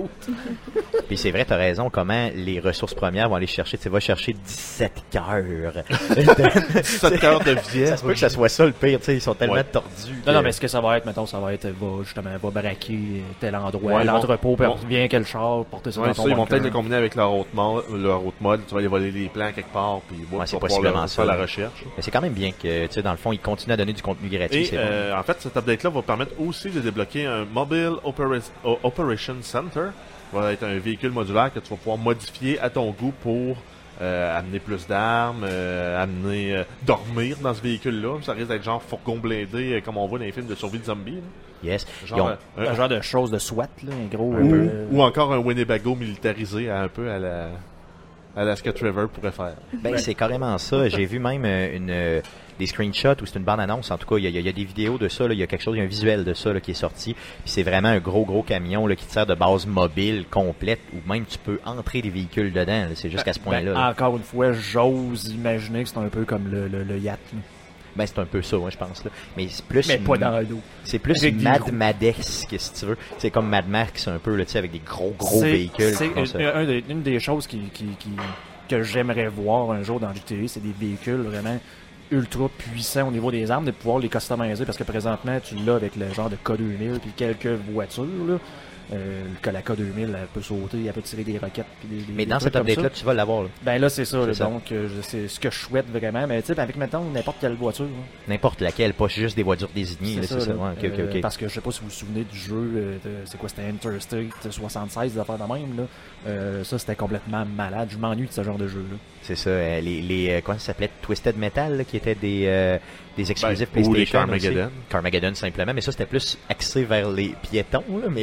Puis c'est vrai, t'as raison, comment les ressources premières vont aller chercher. Tu vas chercher dix-sept cœurs. sept heures de vie. Ça se peut que ça soit ça le pire, tu sais, ils sont tellement Ouais. tordus. Non, que- non, mais ce que ça va être, mettons, ça va être, va, justement, va braquer tel endroit, Ouais, ils vont- l'entrepôt, puis bon. revient quel char, porter ça Ouais, dans ça, ton ils vont bunker. peut-être le combiner avec leur autre mode, leur autre mode. Tu vas aller voler les plans quelque part, puis ouais, Ouais, tu c'est vas pouvoir possiblement leur- ça. faire la recherche. Mais c'est quand même bien que, tu sais, dans le fond, ils continuent à donner du contenu gratuit. Et c'est bon. euh, en fait, cet update-là va permettre aussi de débloquer un Mobile Opera- O- Operation Center. Ça va être un véhicule modulaire que tu vas pouvoir modifier à ton goût pour euh, amener plus d'armes, euh, amener euh, dormir dans ce véhicule-là. Ça risque d'être genre fourgon blindé, euh, comme on voit dans les films de survie de zombies. là. Yes. Genre, Ils ont- euh, un- Un genre de chose de SWAT, là, un gros... ou, euh, ou encore un Winnebago militarisé à un peu à la à la ce que Trevor pourrait faire. Ben, c'est carrément ça. J'ai vu même euh, une, euh, des screenshots ou c'est une bande-annonce. En tout cas, il y, a- il y a des vidéos de ça. là. Il y a quelque chose, il y a un visuel de ça là, qui est sorti. Puis c'est vraiment un gros, gros camion là, qui te sert de base mobile complète ou même tu peux entrer des véhicules dedans. là. C'est jusqu'à ce ben, point-là. là. encore une fois, j'ose imaginer que c'est un peu comme le, le, le yacht, là. Ben, c'est un peu ça, ouais, je pense. Là. Mais c'est plus, mais pas dans l'eau. c'est plus avec des Mad gros- Madesque, si tu veux. C'est comme Mad Max un peu, là, tu sais, avec des gros, gros C'est- véhicules. C'est qui font ça. un- un des- une des choses qui, qui, qui- que j'aimerais voir un jour dans G T A, c'est des véhicules vraiment ultra puissants au niveau des armes, de pouvoir les customiser, parce que présentement, tu l'as avec le genre de K deux mille puis quelques voitures, là. Euh, que la K deux mille, elle peut sauter, elle peut tirer des roquettes. Puis des, des- Mais des dans trucs cet comme update-là, ça. tu vas l'avoir. là. Ben là, c'est ça. C'est là. ça. Donc, euh, je- c'est ce que je souhaite vraiment. Mais tu sais, avec maintenant n'importe quelle voiture. là. N'importe laquelle, pas juste des voitures désignées. là, C'est ça. là. Ouais, ok, ok, Euh, ok. Parce que je sais pas si vous vous souvenez du jeu, euh, de- c'est quoi, c'était Interstate soixante-seize, des affaires de même. Là. Euh, ça, c'était complètement malade. Je m'ennuie de ce genre de jeu-là. C'est ça, euh, les, les euh, comment ça s'appelait, Twisted Metal, là, qui étaient des, euh, des exclusifs Ben, ou les PlayStation Carmageddon. aussi. Carmageddon simplement, mais ça c'était plus axé vers les piétons, là, mais oui, Ouais, mais t'avais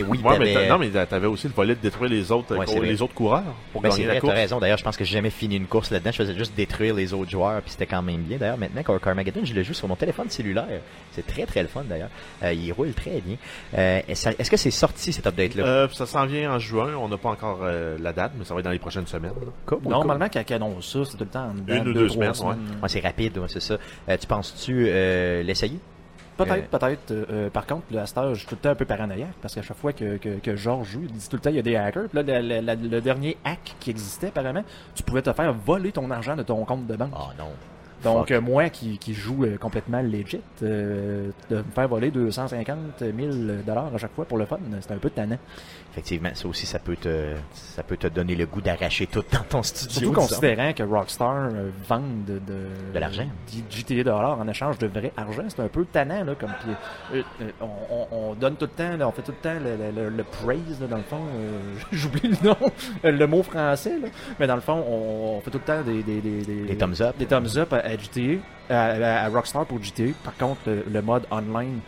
Mais, mais non, mais t'avais aussi le volet de détruire les autres, ouais, euh, les autres coureurs pour ben, gagner c'est vrai, la course. T'as raison. D'ailleurs, je pense que j'ai jamais fini une course là-dedans. Je faisais juste détruire les autres joueurs, puis c'était quand même bien. D'ailleurs, maintenant, quand Carmageddon, je le joue sur mon téléphone cellulaire. C'est très, très le fun, d'ailleurs. Euh, il roule très bien. Euh, est-ce que c'est sorti, cet update-là? Euh, ça s'en vient en juin. On n'a pas encore euh, la date, mais ça va être dans les prochaines semaines. Cool, Normalement, cool. Quand on annonce ça, c'est tout le temps en une ou deux, deux semaines. semaines. Ouais. Ouais, c'est rapide, ouais, c'est ça. Euh, tu penses-tu euh, l'essayer? Peut-être, euh... peut-être. Euh, par contre, le stage, je suis tout le temps un peu paranoïaque parce qu'à chaque fois que, que, que Georges joue, il dit tout le temps il y a des hackers. Puis là, le, le, le dernier hack qui existait, apparemment, tu pouvais te faire voler ton argent de ton compte de banque. Oh non. Donc, euh, moi qui, qui joue euh, complètement legit, euh, de me faire voler deux cent cinquante mille dollars à chaque fois pour le fun, c'est un peu tannant. Effectivement, ça aussi, ça peut te, ça peut te donner le goût d'arracher tout dans ton studio. Surtout considérant que Rockstar euh, vend de, de, de l'argent. G T A dollars en échange de vrai argent. C'est un peu tannant, là, comme puis, euh, on, on, on donne tout le temps, là, on fait tout le temps le, le, le praise, là, dans le fond. Euh, j'oublie le nom, le mot français, là. Mais dans le fond, on, on fait tout le temps des, des, des, des, des thumbs up. Des thumbs up à, à G T A, à, à Rockstar pour G T A. Par contre, le, le mode online,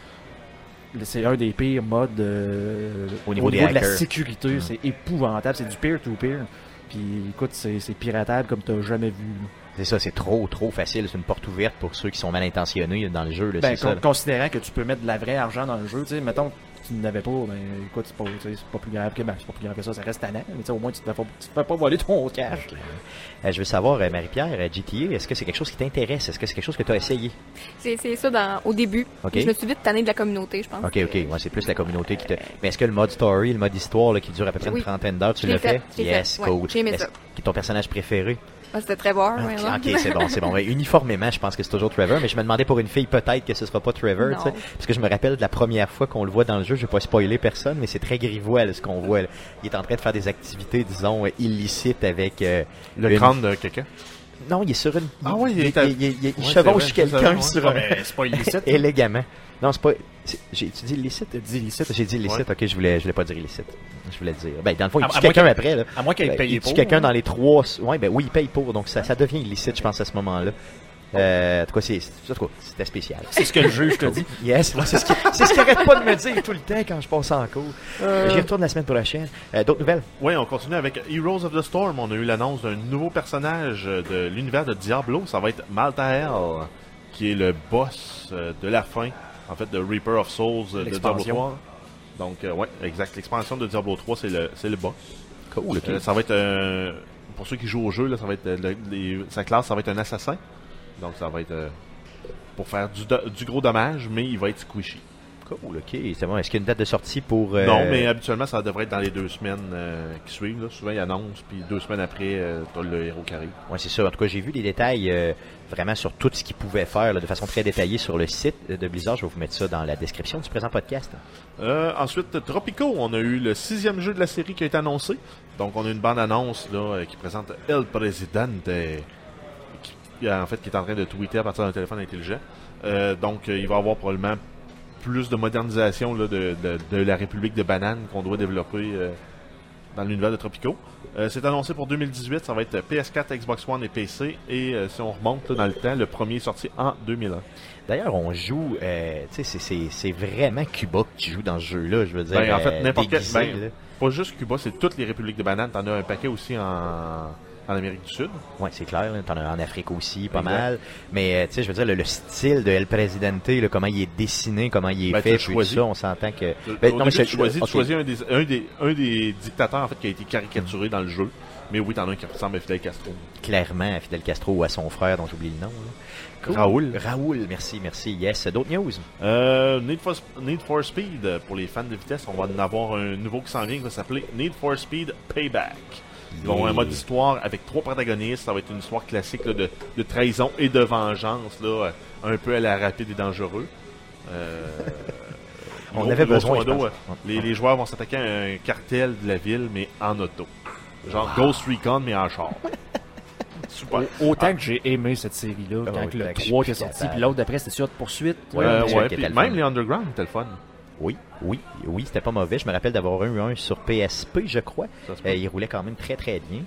c'est un des pires modes euh, au niveau, au des niveau de la hackers. sécurité. Mmh. C'est épouvantable. C'est du peer-to-peer. Puis écoute, c'est, c'est piratable comme tu n'as jamais vu. C'est ça, c'est trop, trop facile. C'est une porte ouverte pour ceux qui sont mal intentionnés dans le jeu. Là, ben, c'est con- ça, considérant que tu peux mettre de la vraie argent dans le jeu, tu sais, mettons que tu n'avais pas, ben écoute, c'est pas, c'est pas plus grave que ben, c'est pas plus grave que ça, ça reste tannant, mais au moins tu te fais pas, tu te fais pas voler ton cash. Okay. Euh, je veux savoir, euh, Marie-Pierre, euh, G T A, est-ce que c'est quelque chose qui t'intéresse? Est-ce que c'est quelque chose que tu as essayé? C'est, c'est ça dans, au début. Okay. Je me suis vite tannée de la communauté, je pense. Ok, ok, ouais, c'est plus la communauté qui te. Mais est-ce que le mode story, le mode histoire là, qui dure à peu près oui. une trentaine d'heures, tu l'as fait? fait? Yes, fait. cool. Ouais, j'ai aimé est-ce ça. Qui est ton personnage préféré? Ah, c'était Trevor. Ok, ouais, okay c'est bon, c'est bon. Ouais, uniformément, je pense que c'est toujours Trevor, mais je me demandais pour une fille peut-être que ce sera pas Trevor, tu sais, parce que je me rappelle de la première fois qu'on le voit dans le jeu, je vais pas spoiler personne, mais c'est très grivois là, ce qu'on voit. Là. Il est en train de faire des activités, disons, illicites avec euh, le une... crâne de quelqu'un. Non, il est sur une. Ah oui, il, il, est à... il, il, il, il ouais, chevauche vrai, quelqu'un ouais. sur un. C'est pas illicite. Élégamment. Non, c'est pas. C'est... J'ai tu dit illicite? T'as dit illicite. J'ai dit illicite. Ouais. Ok, je voulais, je voulais pas dire illicite. Je voulais dire. Ben, dans le fond, il à, tue à quelqu'un après là. À moins qu'il ben, paye il pour. tue quelqu'un hein. dans les trois. Ouais, ben oui, il paye pour, donc ça, ça devient illicite, je pense à ce moment-là. Euh, en tout cas, c'est, c'est, c'était spécial. C'est ce que le juge te dit. Yes, moi, c'est ce qui, c'est ce qu'il arrête pas de me dire tout le temps quand je passe en cours. Euh... J'y retourne la semaine prochaine. Euh, d'autres nouvelles? Oui, on continue avec Heroes of the Storm. On a eu l'annonce d'un nouveau personnage de l'univers de Diablo. Ça va être Maltael, qui est le boss de la fin, en fait, de Reaper of Souls de Diablo trois. Donc, euh, ouais, exact. L'expansion de Diablo trois, c'est le, c'est le boss. Cool, okay. euh, ça va être, euh, pour ceux qui jouent au jeu, là, ça va être, le, les, sa classe, ça va être un assassin. Donc ça va être euh, pour faire du, do- du gros dommage, mais il va être squishy. Cool, ok. C'est bon. Est-ce qu'il y a une date de sortie pour... Euh... Non, mais habituellement, ça devrait être dans les deux semaines euh, qui suivent. Là. Souvent, ils annoncent, puis deux semaines après, euh, t'as le héros qui arrive. Oui, c'est ça. En tout cas, j'ai vu des détails euh, vraiment sur tout ce qu'ils pouvaient faire là, de façon très détaillée sur le site de Blizzard. Je vais vous mettre ça dans la description du présent podcast. Euh, ensuite, Tropico, on a eu le sixième jeu de la série qui a été annoncé. Donc, on a une bande-annonce là, qui présente El Presidente, qui, en fait, qui est en train de tweeter à partir d'un téléphone intelligent. Euh, donc, euh, il va y avoir probablement plus de modernisation là, de, de, de la République de Banane qu'on doit développer euh, dans l'univers de Tropico. Euh, c'est annoncé pour deux mille dix-huit, ça va être P S quatre, Xbox One et P C. Et euh, si on remonte là, dans le temps, le premier est sorti en deux mille un. D'ailleurs, on joue, euh, tu sais, c'est, c'est, c'est vraiment Cuba que tu joues dans ce jeu-là, je veux dire. Ben, en fait, euh, n'importe quel. déguisé, Ben, pas juste Cuba, c'est toutes les républiques de bananes. T'en as un paquet aussi en, en Amérique du Sud. Oui, c'est clair. Là. T'en as en Afrique aussi, pas Exact. mal. Mais, tu sais, je veux dire, le, le style de El Presidente, là, comment il est dessiné, comment il est Ben, fait, tu puis choisis. ça, on s'entend que... Ben, non, mais tu je- choisis, ok. tu choisis un, des, un, des, un des dictateurs en fait, qui a été caricaturé dans le jeu. Mais oui, t'en as un qui ressemble à Fidel Castro. Clairement à Fidel Castro ou à son frère, dont j'oublie le nom. Là. Cool. Raoul. Raoul, merci, merci. Yes. D'autres news? Euh, Need for, Need for Speed, pour les fans de vitesse, on va en avoir un nouveau qui s'en vient qui va s'appeler Need for Speed Payback. Ils vont avoir un mode histoire avec trois protagonistes. Ça va être une histoire classique là, de, de trahison et de vengeance, là, un peu à la rapide et dangereux. Euh, On gros, avait grosso besoin, je modo, pense. euh, les, les joueurs vont s'attaquer à un cartel de la ville, mais en auto. Genre Ghost Recon, mais en char. Super. Au- Autant que j'ai aimé cette série-là, Ah quand oui, que le fait que je trois suis qui est sorti, capable. puis l'autre d'après c'était sur de poursuite. Ouais, Euh, ouais, ouais, qui puis était le même fun. les Underground, c'était le fun. Oui, oui, oui, c'était pas mauvais. Je me rappelle d'avoir eu un sur P S P, je crois. Ça se peut. Euh, il roulait quand même très, très bien.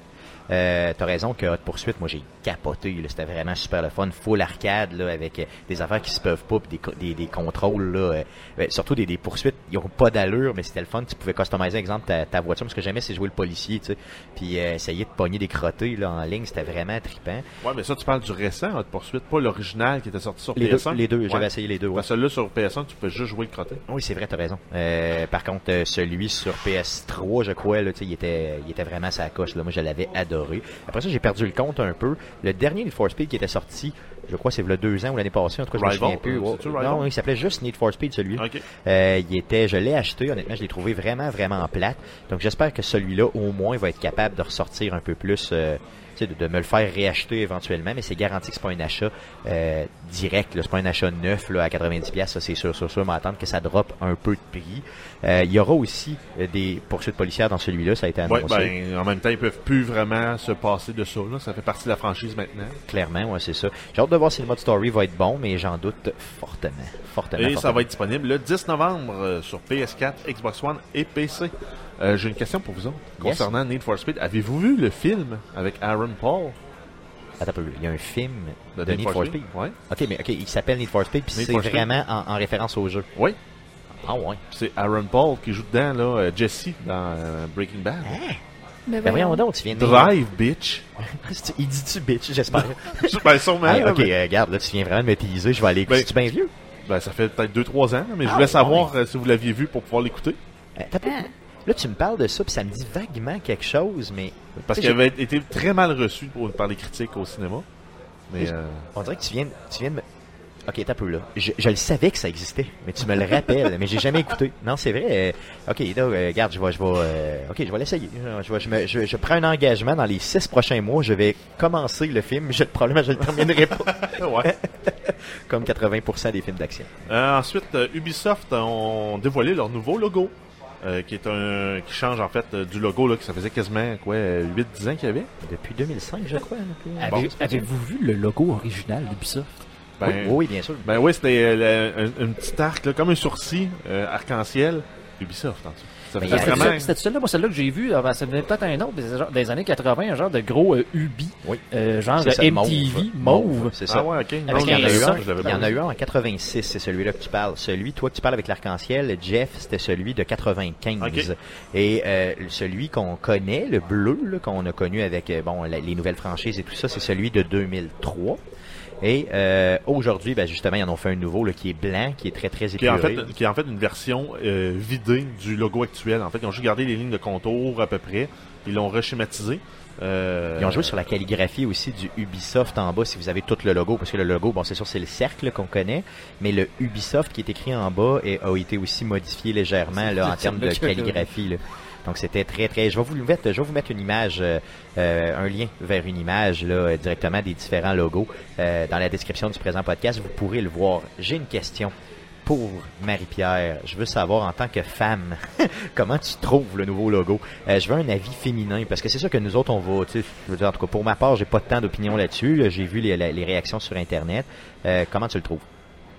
Euh, t'as raison que Hot Pursuit, moi j'ai capoté, là, c'était vraiment super le fun, full arcade, là, avec euh, des affaires qui se peuvent pas, pis des, co- des, des contrôles, là, euh, ben, surtout des, des poursuites, ils ont pas d'allure, mais c'était le fun, tu pouvais customiser, exemple, ta, ta voiture, parce que j'aimais c'est jouer le policier, tu sais, puis euh, essayer de pogner des crottés, là, en ligne, c'était vraiment trippant. Ouais, mais ça, tu parles du récent Hot Pursuit, pas l'original qui était sorti sur Les P S un. deux, les deux, Ouais. j'avais essayé les deux, ouais. Parce que celui-là sur P S un, tu peux juste jouer le crotté. Oui, c'est vrai, t'as raison. Euh, par contre, euh, celui sur P S trois, je crois, là, tu sais, il était, il était vraiment sa coche. Là. Moi, je l'avais adoré. Après ça, j'ai perdu le compte un peu. Le dernier Need for Speed qui était sorti, je crois, c'est il y a deux ans ou l'année passée. En tout cas, je me Rival, souviens plus. euh, Oh, c'est-tu Rival? non, il s'appelait juste Need for Speed, celui-là. Ok. Euh, il était, je l'ai acheté. Honnêtement, je l'ai trouvé vraiment, vraiment plate. Donc, j'espère que celui-là, au moins, va être capable de ressortir un peu plus. Euh, tu sais, de, de me le faire réacheter éventuellement, mais c'est garanti que c'est pas un achat euh, direct, là, c'est pas un achat neuf là, à quatre-vingt-dix dollars, ça c'est sûr, sûr, sûr, mais attendre que ça drop un peu de prix. Euh, il y aura aussi euh, des poursuites policières dans celui-là, ça a été Ouais, annoncé. ben, en même temps, ils peuvent plus vraiment se passer de ça, là. Ça fait partie de la franchise maintenant. Clairement, ouais, c'est ça. J'ai hâte de voir si le mode story va être bon, mais j'en doute fortement. Fortement. Et ça fortement. va être disponible le dix novembre euh, sur P S quatre, Xbox One et P C. Euh, j'ai une question pour vous autres. Yes. Concernant Need for Speed, avez-vous vu le film avec Aaron Paul Attends un peu, il y a un film de, de Need for Speed. Ouais. Ok, mais ok, il s'appelle Need for Speed, puis Need c'est for Speed. vraiment en, en référence au jeu. Oui. Ah ouais. C'est Aaron Paul qui joue dedans, là, euh, Jesse dans euh, Breaking Bad. Ben, Ben voyons donc, tu viens de... Drive, bitch. Il dit-tu bitch, j'espère. ben, sûrement. Hey, là, ok, mais- euh, regarde, là, tu viens vraiment de me teaser, je vais aller écouter. Ben- Tu bien vieux? ben, ça fait peut-être deux trois ans, mais je Ah, voulais savoir ouais. euh, si vous l'aviez vu pour pouvoir l'écouter. Euh, t'as pas- Là, tu me parles de ça, puis ça me dit vaguement quelque chose, mais Parce Tu sais, qu'il avait été très mal reçu pour- par les critiques au cinéma. Mais, euh, on dirait que tu viens, tu viens de me... Ok, t'as peu là. Je, je le savais que ça existait, mais tu me le rappelles, mais j'ai jamais écouté. Non, c'est vrai. euh, ok, là, euh, regarde, je vais, je vais, euh, ok, je vais l'essayer. Je, vais- je, me- je, je prends un engagement dans les six prochains mois. Je vais commencer le film. Je, probablement, je le terminerai pas, ouais. comme quatre-vingts pour cent des films d'action. Euh, ensuite, euh, Ubisoft ont dévoilé leur nouveau logo. Euh, qui est un qui change en fait euh, du logo là que ça faisait quasiment quoi huit dix ans qu'il y avait. Depuis deux mille cinq, je crois. là, Bon, Avez- Avez-vous vu le logo original d'Ubisoft? Ben, oui, oui, bien sûr. ben oui, c'était euh, le- un, un petit arc là, comme un sourcil euh, arc-en-ciel Ubisoft en dessous. Ça Mais faisait il y a- C'était vraiment ça- C'était celle-là, moi, celle-là que j'ai vue. Ah, ben, ça venait peut-être un autre, des, genre- des années quatre-vingts, un genre de gros euh, Ubi. Oui. Euh, genre C'est ça, M T V, mauve. C'est ça. Ah ouais, ok. Non, Parce qu'il y en a un eu son, un, je l'avais il y en pas a vu. eu un en quatre-vingt-six, c'est celui-là que tu parles. Celui, toi, que tu parles avec l'arc-en-ciel, Jeff, c'était celui de quatre-vingt-quinze. Ok. Et euh, celui qu'on connaît, le bleu, là, qu'on a connu avec euh, bon la- les nouvelles franchises et tout ça, c'est celui de deux mille trois. Et euh, aujourd'hui, ben, justement, ils en ont fait un nouveau là, qui est blanc, qui est très, très Qui est, épuré. en fait, qui est en fait une version euh, vidée du logo actuel. En fait, ils ont juste gardé les lignes de contour à peu près. Ils l'ont reschématisé. Euh, Ils ont joué sur la calligraphie aussi du Ubisoft en bas, si vous avez tout le logo, parce que le logo, bon, c'est sûr, c'est le cercle qu'on connaît, mais le Ubisoft qui est écrit en bas est- a été aussi modifié légèrement là, en termes de calligraphie. Là. Donc c'était très très. Je vais vous mettre, je vais vous mettre une image, euh, euh, un lien vers une image là euh, directement des différents logos euh, dans la description du présent podcast. Vous pourrez le voir. J'ai une question pour Marie-Pierre. Je veux savoir en tant que femme, comment tu trouves le nouveau logo. Euh, je veux un avis féminin parce que c'est sûr que nous autres on va, tu sais, je veux dire en tout cas pour ma part, j'ai pas tant d'opinion là-dessus. J'ai vu les, les réactions sur internet. Euh, comment tu le trouves?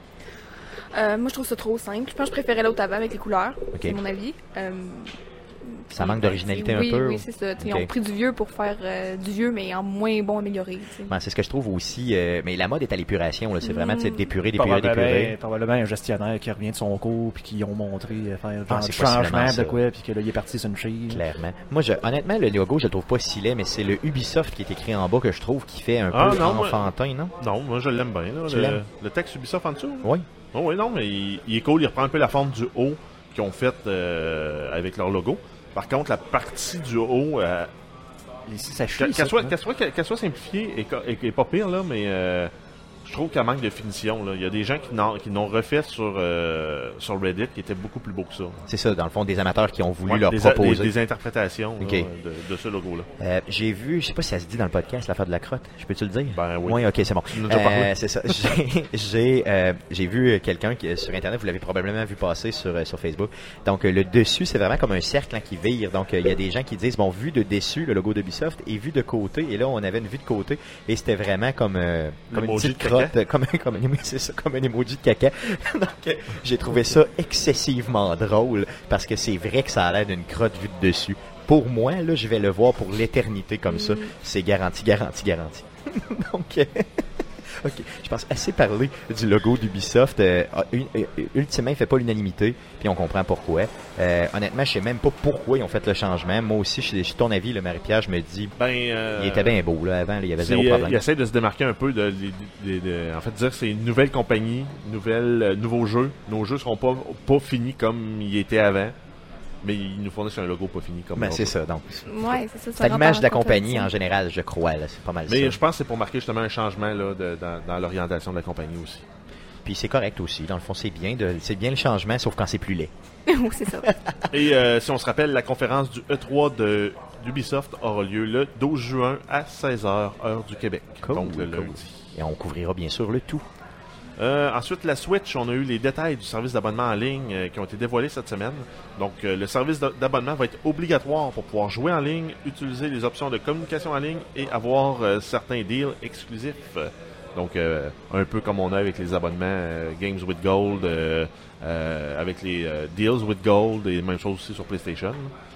Euh, moi, je trouve ça trop simple. Je pense que je préférais l'autre avant avec les couleurs. Ok. C'est mon avis. Euh, Ça puis, manque ben, d'originalité c'est- un oui, peu, Oui, ou- c'est ça. Tu sais, Ok. Ils ont pris du vieux pour faire euh, du vieux, mais en moins bon amélioré. tu sais. Ben, c'est ce que je trouve aussi. euh, mais la mode est à l'épuration. Là. C'est vraiment tu sais, Mm. d'épurer, d'épurer, Probablement, d'épurer. probablement un gestionnaire qui revient de son cours puis qui ont montré euh, faire Ah, genre c'est du possiblement changement ça. de quoi puis que là il est parti sur une chaise. Clairement. Moi, je, honnêtement, le logo, je le trouve pas si laid, mais c'est le Ubisoft qui est écrit en bas que je trouve qui fait un Ah, peu non, moi- enfantin, non? Non, moi je l'aime bien. Là, Tu le, l'aimes? le texte Ubisoft en dessous. Oui. Oh, oui, non, mais il, il est cool. Il reprend un peu la forme du haut qu'ils ont fait euh, avec leur logo. Par contre, la partie du haut, euh, Ici, ça chie, qu'elle ça, qu'elle soit, hein. qu'elle soit, qu'elle soit simplifiée et, co- et, et pas pire, là, mais euh, je trouve qu'elle manque de finition. Là. Il y a des gens qui n'ont, qui n'ont refait sur, euh, sur Reddit qui étaient beaucoup plus beaux que ça. C'est ça, dans le fond, des amateurs qui ont voulu Ouais, leur des, a- proposer. des, des interprétations là, Ok. de, de ce logo-là. Euh, j'ai vu, je sais pas si ça se dit dans le podcast, l'affaire de la crotte. Je peux-tu le dire? Ben oui. ok, c'est bon. Tu nous as déjà parlé. Euh, c'est ça. J'ai, j'ai, euh, j'ai vu quelqu'un qui, sur Internet, vous l'avez probablement vu passer sur, euh, sur Facebook. Donc, euh, le dessus, c'est vraiment comme un cercle hein, qui vire. Donc, euh, il y a des gens qui disent, bon, vu de dessus, le logo d'Ubisoft, et vu de côté. Et là, on avait une vue de côté. Et c'était vraiment comme, euh, comme une L'emoji petite de crotte, caca. euh, comme, un- comme, un- c'est ça, comme un emoji de caca. Donc, euh, j'ai trouvé ça excessivement drôle parce que c'est vrai que ça a l'air d'une crotte vue de dessus. pour moi, là, je vais le voir pour l'éternité comme Mm. ça. C'est garanti, garanti, garanti. Donc, euh, ok, je pense assez parler du logo d'Ubisoft. Euh, euh, euh, ultimement, il fait pas l'unanimité, puis on comprend pourquoi. Euh, honnêtement, je sais même pas pourquoi ils ont fait le changement. Moi aussi, je suis ton avis, le Marie-Pierre, je me dis, Ben, euh, il était bien beau là avant, là, il y avait c'est, zéro euh, problème. il essaie de se démarquer un peu de, de, de- de- en fait, dire que c'est une nouvelle compagnie, nouvelle, euh, nouveau jeu. Nos jeux seront pas pas finis comme ils étaient avant, mais ils nous fournissent un logo pas fini comme. Ben, nos c'est jeux. ça, donc. Ouais, c'est ça. C'est à l'image de la compagnie en en général, je crois, là, c'est pas mal Mais ça. je pense que c'est pour marquer justement un changement là, de- dans, dans l'orientation de la compagnie aussi. Puis c'est correct aussi, dans le fond, c'est bien, de, c'est bien le changement, sauf quand c'est plus laid. Oui, c'est ça. Et euh, si on se rappelle, la conférence du E trois de d'Ubisoft aura lieu le douze juin à seize heures, heure du Québec. Cool, Donc le cool. lundi. Et on couvrira bien sûr le tout. Euh, ensuite, la Switch, on a eu les détails du service d'abonnement en ligne euh, qui ont été dévoilés cette semaine. Donc, euh, le service d'a- d'abonnement va être obligatoire pour pouvoir jouer en ligne, utiliser les options de communication en ligne et avoir euh, certains deals exclusifs. Euh, Donc, euh, un peu comme on a avec les abonnements euh, Games with Gold, euh, euh, avec les euh, Deals with Gold et même chose aussi sur PlayStation.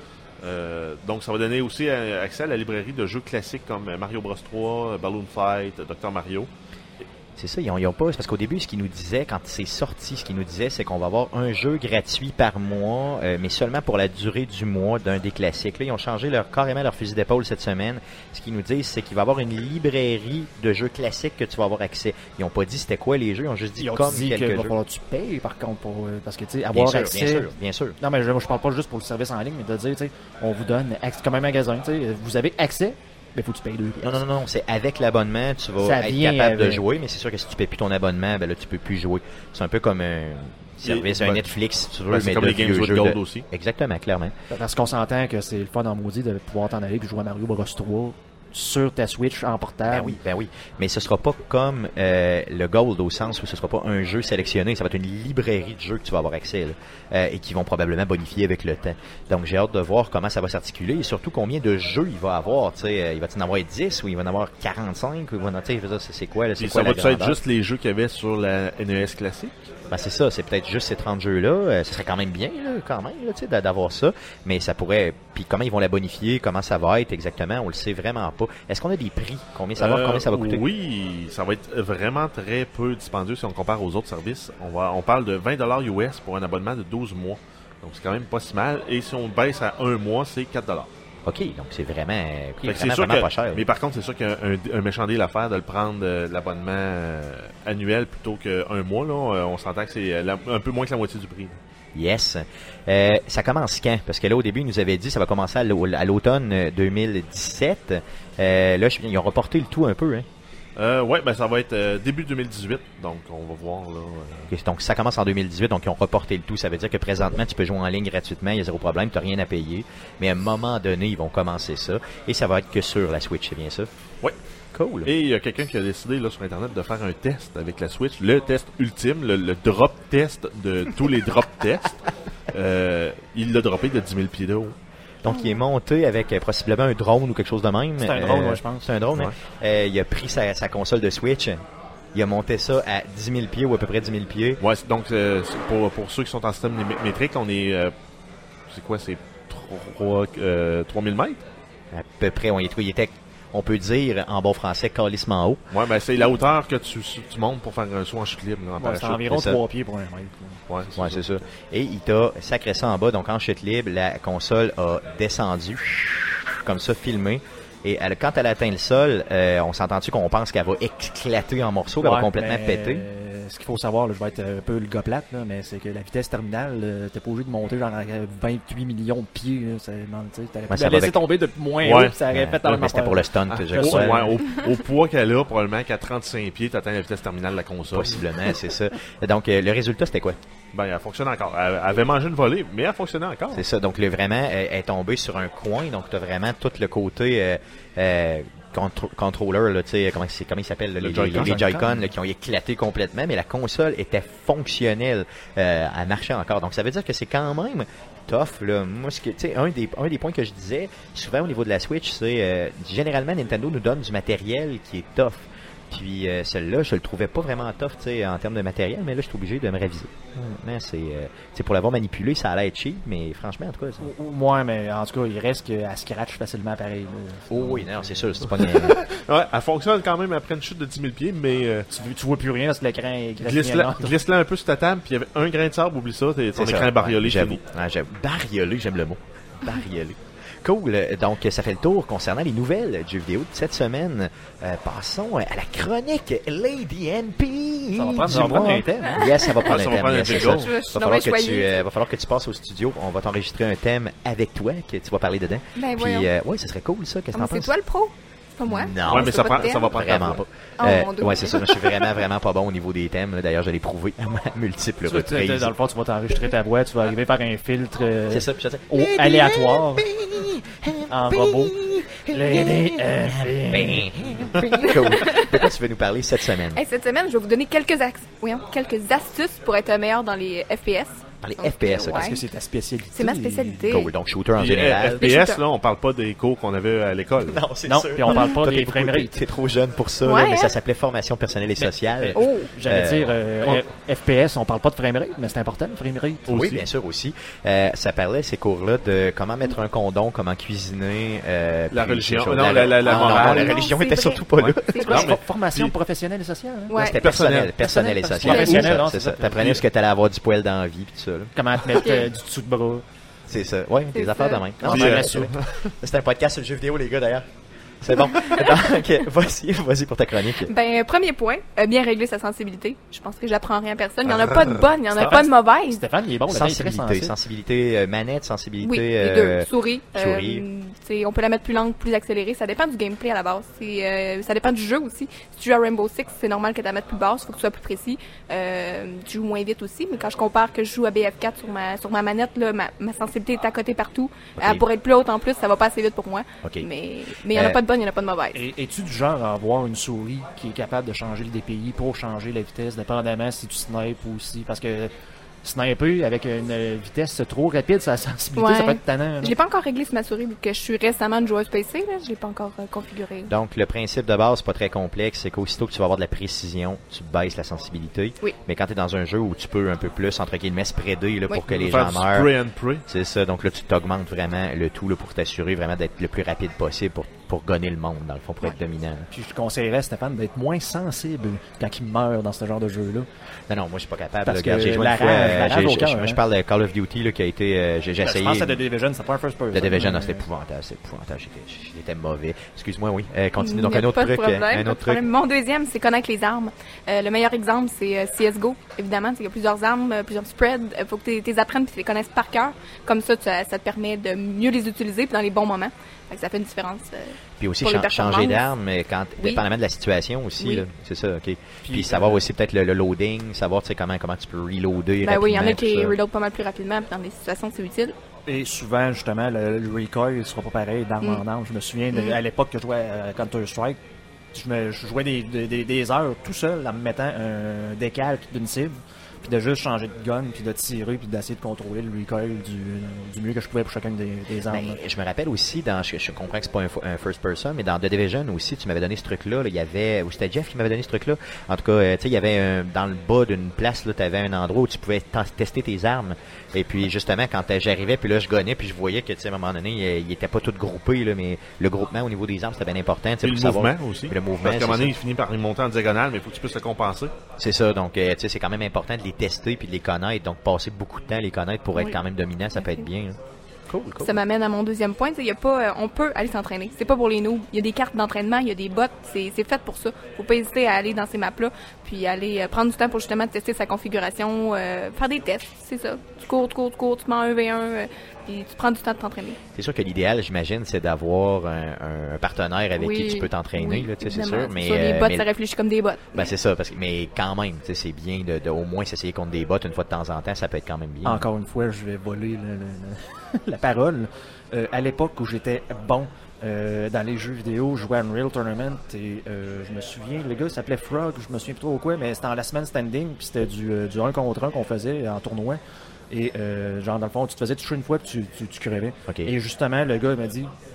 Euh, donc, ça va donner aussi euh, accès à la librairie de jeux classiques comme euh, Mario Bros trois, Balloon Fight, Docteur Mario. C'est ça, ils ont, ils ont pas. C'est parce qu'au début, ce qu'ils nous disaient, quand c'est sorti, ce qu'ils nous disaient, c'est qu'on va avoir un jeu gratuit par mois, euh, mais seulement pour la durée du mois d'un des classiques. Là, ils ont changé leur, carrément leur fusil d'épaule cette semaine. Ce qu'ils nous disent, c'est qu'il va y avoir une librairie de jeux classiques que tu vas avoir accès. Ils n'ont pas dit c'était quoi les jeux, ils ont juste dit Ils ont comme dit quelques qu'il va jeux. falloir que tu payes, par contre, pour, euh, parce que, tu sais, Bien avoir sûr, accès... bien sûr, bien sûr. Non, mais je, je parle pas juste pour le service en ligne, mais de dire, tu sais, on vous donne accès, comme un magasin, tu sais, vous avez accès, mais faut que tu payes deux pièces. Non, non, non, non, c'est avec l'abonnement, tu vas Ça être vient capable de avec. jouer, mais c'est sûr que si tu payes plus ton abonnement, ben là, tu peux plus jouer. C'est un peu comme un service, Et- un ben, Netflix, si tu veux, Ben, c'est mais comme de les Games vieux with jeux Gold de- aussi. Exactement, clairement. Parce qu'on s'entend que c'est le fun en maudit de pouvoir t'en aller et jouer à Mario Bros trois sur ta Switch en portable. Ben oui, ben oui. Mais ce sera pas comme euh, le Gold au sens où ce sera pas un jeu sélectionné, ça va être une librairie de jeux que tu vas avoir accès là, euh, et qui vont probablement bonifier avec le temps. Donc j'ai hâte de voir comment ça va s'articuler et surtout combien de jeux il va avoir. Tu sais, euh, il va en avoir dix ou il va en avoir quarante-cinq ou il va en, tu sais, je veux dire, c'est c'est quoi là, c'est Et quoi ça la va-tu être grandeur? juste les jeux qu'il y avait sur la N E S classique? Ben c'est ça, c'est peut-être juste ces trente jeux-là. Euh, ce serait quand même bien, là, quand même, là, tu sais, d'a- d'avoir ça. Mais ça pourrait. Puis comment ils vont la bonifier, comment ça va être exactement, on le sait vraiment pas. Est-ce qu'on a des prix? Combien ça va, Euh, combien ça va coûter? Oui, ça va être vraiment très peu dispendieux si on compare aux autres services. On va, on parle de vingt dollars U S pour un abonnement de douze mois. Donc c'est quand même pas si mal. Et si on baisse à un mois, c'est quatre dollars. Ok, donc c'est vraiment, ok, Fait que c'est vraiment, sûr vraiment que- pas cher. Mais par contre, c'est sûr qu'il y a un, un méchant deal à faire de le prendre euh, l'abonnement euh, annuel plutôt qu'un mois. Là. Euh, on s'entend que c'est euh, la- un peu moins que la moitié du prix. Yes. Euh, ça commence quand? Parce que là, au début, ils nous avaient dit que ça va commencer à l'au- à l'automne euh, deux mille dix-sept. Euh, là, je- ils ont reporté le tout un peu. Hein. Euh, ouais, ben ça va être euh, début deux mille dix-huit. Donc on va voir là. euh, Ok, donc, ça commence en deux mille dix-huit, donc ils ont reporté le tout. Ça veut dire que présentement, tu peux jouer en ligne gratuitement, il y a zéro problème, tu n'as rien à payer. Mais à un moment donné, ils vont commencer ça. Et ça va être que sur la Switch, c'est bien ça? Ouais. Cool. Et il y a quelqu'un qui a décidé là sur internet de faire un test avec la Switch, le test ultime, le, le drop test de tous les drop tests. Euh, il l'a droppé de dix mille pieds de haut. Donc, il est monté avec euh, possiblement un drone ou quelque chose de même. C'est un drone, ouais, je pense. C'est un drone, hein. Euh, il a pris sa, sa console de Switch. Il a monté ça à dix mille pieds ou à peu près dix mille pieds. Ouais, c'est- donc euh, c'est pour, pour ceux qui sont en système mé- métrique, on est. euh, c'est quoi, c'est trois mille mètres? À peu près, on, y est- il était, on peut dire en bon français, calissement haut. Ouais, ben c'est la hauteur que tu, tu montes pour faire un saut en chute libre. là, en Ouais, c'est parachute. environ c'est ça. trois pieds pour un mètre. là. Ouais, Ouais, c'est ça. Et il t'a sacré ça en bas, donc en chute libre, la console a descendu, comme ça, filmé. Et elle, quand elle atteint le sol, euh, on s'entend-tu qu'on pense qu'elle va éclater en morceaux, qu'elle va Ouais, complètement mais, péter? euh, ce qu'il faut savoir, là, je vais être un peu le gars plate, là, mais c'est que la vitesse terminale, euh, t'es pas obligé de monter genre à vingt-huit millions de pieds. Là, ça, non, tu sais, t'aurais pu Ouais, ça la va laisser avec- tomber de moins Ouais. haut, puis ça aurait Ouais, fait la même mais c'était affaire. pour le stunt, Ah, je je crois. ouais, au, au poids qu'elle a, probablement qu'à trente-cinq pieds, tu atteins la vitesse terminale de la console. Possiblement, c'est ça. Donc, euh, le résultat, c'était quoi? Ben, elle fonctionne encore. Elle, elle avait mangé une volée, mais elle fonctionnait encore. C'est ça. Donc, le vraiment euh, est tombé sur un coin. Donc, tu as vraiment tout le côté euh, euh, contro- controller, là, tu sais, comment, c'est- comment il s'appelle, là, Le les, Joy-Con. les Joy-Con là, qui ont éclaté complètement, mais la console était fonctionnelle. Euh, elle marchait encore. Donc, ça veut dire que c'est quand même tough. Là. Moi, ce que, tu sais, un des, un des points que je disais souvent au niveau de la Switch, c'est euh, généralement, Nintendo nous donne du matériel qui est tough. Puis euh, celle-là, je le trouvais pas vraiment tough, tu sais, en termes de matériel, mais là, je suis obligé de me réviser. Mais c'est, euh, c'est pour l'avoir manipulé, ça allait être cheap, mais franchement, en tout cas, c'est... Moi, mais en tout cas, il reste qu'elle scratch facilement pareil. Là. Oh oui, non, c'est sûr, c'est pas une... Ouais, elle fonctionne quand même après une chute de dix mille pieds, mais euh, Tu, tu vois plus rien parce que l'écran est glisse-la glisse-la un peu sur ta table, puis il y avait un grain de sable, oublie ça, t'es, ton C'est écran ça. est bariolé, Ouais, j'avoue. fini. Ouais, j'avoue. Bariolé, j'aime le mot. Bariolé. Cool. Donc, ça fait le tour concernant les nouvelles du jeu vidéo de cette semaine. Euh, passons à la chronique Lady N P. Ça va prendre, du ça va prendre mois. un thème. Yes, ça va prendre Ah, ça un va thème. prendre un yes, c'est jingle. ça. Je- je suis Va donc falloir, que bien tu, choyée. euh, va falloir que tu passes au studio. On va t'enregistrer un thème avec toi, que tu vas parler dedans. Ben Puis, voyons. euh, ouais, ça serait cool, ça. Qu'est-ce que Ah, mais t'en c'est penses? toi le pro? C'est pas moi? Non, Ouais, mais c'est ça pas prend, de thème. ça va prendre vraiment ta pas. voix. Oh, Euh, mon Dieu. ouais, c'est ça. Je suis vraiment, vraiment pas bon au niveau des thèmes. là. D'ailleurs, je l'ai prouvé à ma multiple Tu vas- tu- reprises. Dans le fond, tu vas t'enregistrer ta voix, tu vas arriver par un filtre euh, C'est ça, puis je sais. au- aléatoire en robot. Lady N P. Cool. De quoi tu veux nous parler cette semaine? Hey, cette semaine, je vais vous donner quelques, ax- voyons, quelques astuces pour être meilleur dans les F P S. Dans les Donc, F P S, ok. ouais. Est-ce que c'est ta spécialité? C'est ma spécialité. Cool. Donc, shooter en Puis, euh, général. F P S, là, on parle pas des cours qu'on avait à l'école. Non, c'est Non, sûr. puis on parle pas Toi, des t'es beaucoup- framerate. T'es trop jeune pour ça, là, Ouais, mais hein? ça s'appelait formation personnelle et sociale. Oh! J'allais Euh, dire, euh, on- F- F P S, on parle pas de framerate, mais c'est important le framerate. Oui, aussi. bien sûr aussi. Euh, ça parlait ces cours-là de comment mettre un condom, comment cuisiner. Euh, La puis religion. ces choses- Non, la- la- la non, non, morale. la Non, religion c'est était vrai. surtout pas là. C'est Non, vrai. mais- Formation puis- professionnelle et sociale. hein? Non, Ouais. c'était Personnel. personnel, personnel et social. Professionnel, C'est ça, non, c'est c'est ça. ça. T'apprenais ce que t'allais avoir du poil dans la vie puis tout ça. là. Comment te mettre euh, du dessous de bras. C'est ça. Ouais, des C'est affaires ça. de même. Non, Puis, mais euh, la soupe. C'est un podcast sur le jeu vidéo, les gars, d'ailleurs. C'est bon. Donc, vas-y, vas-y pour ta chronique. Ben, premier point, euh, bien régler sa sensibilité. Je pense que j'apprends rien à personne. Il n'y en a pas de bonne, il n'y en a pas de mauvaise. Stéphane, il est bon, le temps est très Sensibilité, sensible. sensibilité, euh, manette, sensibilité. Oui, les euh, deux. Souris. souris. Euh, t'sais, on peut la mettre plus lente, plus accélérée. Ça dépend du gameplay à la base. C'est, euh, ça dépend du jeu aussi. Si tu joues à Rainbow Six, c'est normal que tu la mettes plus basse. Faut que tu sois plus précis. Euh, tu joues moins vite aussi. Mais quand je compare que je joue à B F quatre sur ma, sur ma manette, là, ma, ma sensibilité est à côté partout. Ok. Euh, pour être plus haute en plus, ça va pas assez vite pour moi. Ok. Mais mais il n'y en a Euh, pas de bonne, il n'y en a pas de mauvaise. Et- Es-tu du genre à avoir une souris qui est capable de changer le D P I pour changer la vitesse, dépendamment si tu snipes ou si... Parce que sniper avec une vitesse trop rapide, sa sensibilité, Ouais. ça peut être tannant. là. Je l'ai pas encore réglé sur ma souris vu que je suis récemment une joueuse P C. Là. Je l'ai pas encore euh, configuré. Donc, le principe de base, c'est pas très complexe, c'est qu'aussitôt que tu vas avoir de la précision, tu baisses la sensibilité. Oui. Mais quand tu es dans un jeu où tu peux un peu plus, entre guillemets, spreader là, Oui. pour que les Faire gens du meurent, spray and pray. c'est ça. Donc là, tu t'augmentes vraiment le tout là, pour t'assurer vraiment d'être le plus rapide possible pour, pour gonner le monde, dans le fond, pour être dominant. Puis je te conseillerais à Stéphane d'être moins sensible quand il meurt dans ce genre de jeu-là. Non, non, moi, je suis pas capable. Parce là. Regarde, que j'ai joué la une fois. rage- euh, la rage j'ai- au j'ai- cœur, moi, je hein. parle de Call of Duty là, qui a été. euh, j'ai j'ai Ben, essayé. Je pense à The Division, c'est pas un first person. The Division, non, mais- c'était épouvantable, c'est épouvantable. J'étais, j'étais mauvais. Excuse-moi, oui. Euh, continue. Il Donc, n'y a un autre pas de truc. problème, euh, pas un de autre truc. problème. Mon deuxième, c'est connaître les armes. Euh, le meilleur exemple, c'est euh, C S G O. Évidemment, il y a plusieurs armes, euh, plusieurs spreads. Il faut que tu les apprennes et tu les connaisses par cœur. Comme ça, tu- ça te permet de mieux les utiliser puis dans les bons moments. Fait que ça fait une différence. euh, Puis aussi pour les chan- changer performances. d'arme, mais quand, Oui. dépendamment de la situation aussi, Oui. là. C'est ça, ok. Puis, Puis, savoir euh, aussi peut-être le, le loading, savoir tu sais comment comment tu peux reloader. Ben oui, il y en a rapidement, qui tout ça. reload pas mal plus rapidement, puis dans des situations, c'est utile. Et souvent, justement, le, le recoil ne sera pas pareil d'arme Mm. en arme. Je me souviens, de- Mm. à l'époque que je jouais à Counter-Strike, je, me, je jouais des, des- des- des heures tout seul en me mettant un décalque d'une cible, puis de juste changer de gun, puis de tirer, puis d'essayer de contrôler le recoil du, du mieux que je pouvais pour chacune des, des armes. Ben, je me rappelle aussi, dans, je, je comprends que c'est pas un, fo- un first person, mais dans The Division aussi, tu m'avais donné ce truc-là. là, Il y avait, ou c'était Jeff qui m'avait donné ce truc-là. En tout cas, euh, tu sais, il y avait un- dans le bas d'une place, là, tu avais un endroit où tu pouvais ten- tester tes armes. Et puis justement, quand euh, j'arrivais, puis là, je gonnais, puis je voyais que, tu sais, à un moment donné, il, il était pas tout groupé, là, mais le groupement au niveau des armes, c'était bien important. tu sais, Puis pour le savoir- mouvement aussi. Puis le mouvement, Parce qu'à un moment c'est donné, ça. il finit par remonter en diagonale, mais il faut que tu puisses le compenser. C'est ça, donc euh, tu sais, c'est quand même important de les tester puis de les connaître, donc passer beaucoup de temps à les connaître pour être Oui. quand même dominant, ça peut Ok. être bien. là. Cool, cool. Ça m'amène à mon deuxième point. Tu sais, il y a pas, euh, on peut aller s'entraîner. C'est pas pour les noobs. Il y a des cartes d'entraînement, il y a des bots. C'est, c'est fait pour ça. Faut pas hésiter à aller dans ces maps-là, puis aller euh, prendre du temps pour justement tester sa configuration, euh, faire des tests. C'est ça. Tu cours, tu cours, tu cours, tu mets un un v un, euh, puis tu prends du temps de t'entraîner. C'est sûr que l'idéal, j'imagine, c'est d'avoir un, un partenaire avec Oui, qui tu peux t'entraîner, oui, là, tu sais, c'est évidemment. sûr. Mais, Ça, les euh, bots, mais- ça réfléchit comme des bots. ben c'est ça, parce que mais quand même, tu sais, c'est bien de, de au moins s'essayer contre des bots une fois de temps en temps, ça peut être quand même bien. Encore une fois, je vais voler le- le- le- la parole. Euh, à l'époque où j'étais bon euh, dans les jeux vidéo, je jouais à Unreal Tournament et euh, je me souviens, le gars s'appelait Frog, je me souviens plus trop quoi, mais c'était en last man standing, puis c'était du, euh, du un contre un qu'on faisait en tournoi. Et euh, genre, dans le fond, tu te faisais toucher une fois, puis tu, tu, tu crevais. Ok. Et justement, le gars il m'a dit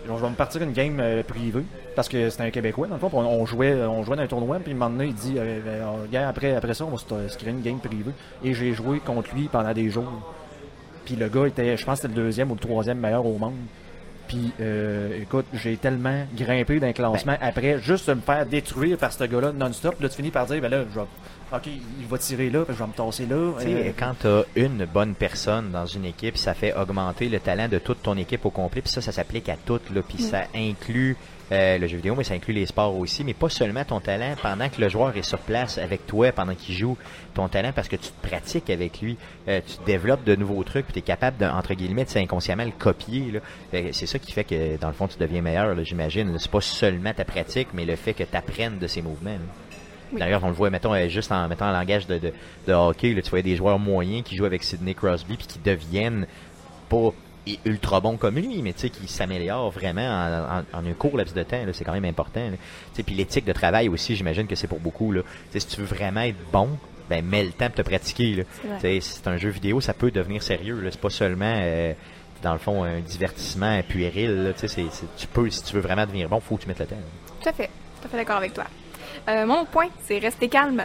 je vais me partir une game euh, privée parce que c'était un Québécois dans le fond. On, on jouait, on jouait dans un tournoi puis un moment donné il dit, euh, euh, gars, après, après ça on va se, se créer une game privée et j'ai joué contre lui pendant des jours. Puis le gars était, je pense que c'était le deuxième ou le troisième meilleur au monde. Puis, euh, écoute, j'ai tellement grimpé d'un classement ben, après, juste de me faire détruire par ce gars-là non-stop. Là, tu finis par dire, ben là, je vais, ok, il va tirer là, puis je vais me tasser là. Tu sais, euh, quand tu as une bonne personne dans une équipe, ça fait augmenter le talent de toute ton équipe au complet. Puis ça, ça s'applique à tout, là. Puis mm. ça inclut euh, le jeu vidéo, mais ça inclut les sports aussi. Mais pas seulement ton talent pendant que le joueur est sur place avec toi, pendant qu'il joue. Ton talent parce que tu te pratiques avec lui. Euh, tu développes de nouveaux trucs, puis tu es capable, de, entre guillemets, de inconsciemment le copier. Là. Euh, c'est ça qui fait que, dans le fond, tu deviens meilleur, là, j'imagine. Là. C'est pas seulement ta pratique, mais le fait que tu apprennes de ces mouvements. Là. Oui. D'ailleurs, on le voit, mettons, euh, juste en mettant en langage de, de, de hockey, là, tu vois des joueurs moyens qui jouent avec Sidney Crosby puis qui deviennent pas ultra bons comme lui, mais tu sais, qui s'améliorent vraiment en, en, en un court laps de temps. Là, c'est quand même important. Puis l'éthique de travail aussi, j'imagine que c'est pour beaucoup. Là. Si tu veux vraiment être bon, ben mets le temps pour te pratiquer. Là. C'est, c'est un jeu vidéo, ça peut devenir sérieux. Là. C'est pas seulement, euh, dans le fond, un divertissement puéril. Là. C'est, c'est, tu peux, si tu veux vraiment devenir bon, faut que tu mettes le temps. Là. Tout à fait. Tout à fait d'accord avec toi. Euh, mon point, c'est rester calme.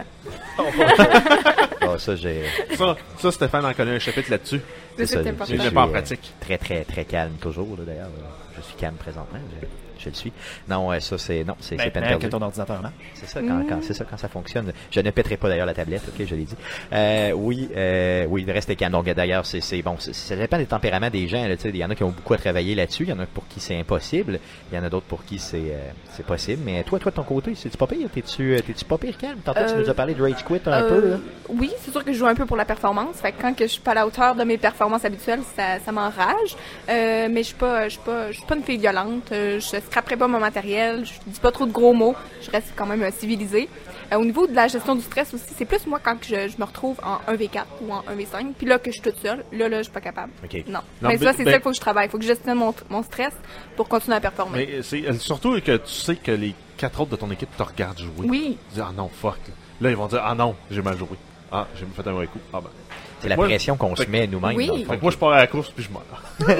oh, ça, j'ai... ça, ça, Stéphane en connaît un chapitre là-dessus. C'est, c'est ça, important. Je l'ai pas en pratique. Très, très, très calme toujours, là, d'ailleurs. Je suis calme présentement. Je... Je le suis. Non, ça c'est non, c'est, c'est peine perdue. Que ton ordinateur marche. C'est ça quand, quand c'est ça quand ça fonctionne. Je ne pèterai pas d'ailleurs la tablette, ok, je l'ai dit. Euh, oui, euh, oui, le reste est calme. Donc d'ailleurs, c'est, c'est bon, c'est, ça dépend des tempéraments des gens. Là, tu sais, il y en a qui ont beaucoup à travailler là-dessus. Il y en a pour qui c'est impossible. Il y en a d'autres pour qui c'est euh, c'est possible. Mais toi, toi de ton côté, c'est-tu pas pire? T'es-tu t'es-tu pas pire calme? Tantôt euh, tu nous as parlé de Rage Quit un euh, peu. Là. Oui, c'est sûr que je joue un peu pour la performance. Fait que quand que je suis pas à la hauteur de mes performances habituelles, ça, ça m'enrage. Euh, mais je suis pas, je suis pas, je suis pas une fille violente. Euh, je scraperai pas mon matériel. Je dis pas trop de gros mots, je reste quand même euh, civilisée. Euh, au niveau de la gestion du stress aussi, c'est plus moi quand je, je me retrouve en un v quatre ou en un v cinq, puis là que je suis toute seule, là, là, je suis pas capable. Okay. Non. non mais ben, ça, c'est ben, ça qu'il faut que je travaille. Il faut que je gestionne mon, mon stress pour continuer à performer. Mais c'est surtout que tu sais que les quatre autres de ton équipe te regardent jouer. Oui. Ils disent, ah non, fuck. Là, ils vont dire, ah non, j'ai mal joué. Ah, j'ai fait un mauvais coup. Ah ben. C'est la moi, pression qu'on se met nous-mêmes. Oui. Fait que moi, je pars à la course puis je meurs.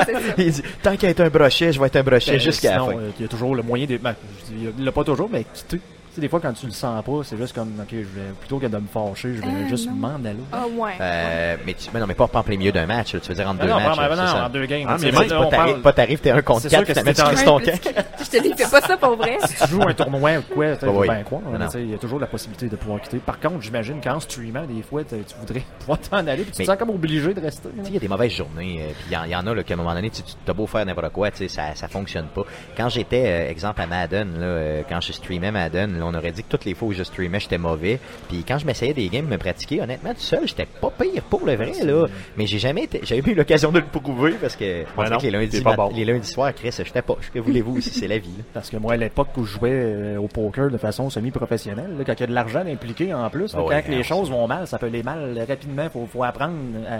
Il dit, tant qu'il y a un brochet, je vais être un brochet ben, jusqu'à sinon, la fin. Il euh, y a toujours le moyen de... Ben, je dis, il l'a pas toujours, mais quitter. sais, des fois, quand tu le sens pas, c'est juste comme, ok, je vais, plutôt que de me fâcher, je vais euh, juste m'en aller. Ah, ouais. Euh, mais, tu, mais non, mais pas, pas en plein milieu d'un match, là, tu veux dire entre deux non, matchs. Non, là, non, c'est ça. en deux games. Ah, mais c'est pas, t'arrives, pas t'arrives, t'es un contre quatre, tu mets ton cac. Je te dis, fais pas ça pour vrai. Si tu joues un tournoi ou quoi, tu vas bien croire. Il y a toujours la possibilité de pouvoir quitter. Par contre, j'imagine qu'en streamant, des fois, tu voudrais pouvoir t'en aller, puis tu te sens comme obligé de rester. Il y a des mauvaises journées, puis il y en a là, qu'à un moment donné, tu as beau faire n'importe quoi, ça, ça fonctionne pas. Quand j'étais, euh, exemple, à Madden, là, euh, quand je streamais Madden, là, on aurait dit que toutes les fois où je streamais, j'étais mauvais. Puis quand je m'essayais des games, me pratiquer, honnêtement, tout seul, j'étais pas pire pour le vrai, là. Mais j'ai jamais été, j'avais pas eu l'occasion de le prouver parce que, ouais, non, que les lundis, mat- bon. les lundis soirs, Chris, j'étais pas. Que voulez-vous aussi, c'est la vie, là. Parce que moi, à l'époque où je jouais euh, au poker de façon semi-professionnelle, là, quand il y a de l'argent impliqué en plus, là, oh, quand ouais, les choses vont mal, ça peut aller mal rapidement. Faut, faut apprendre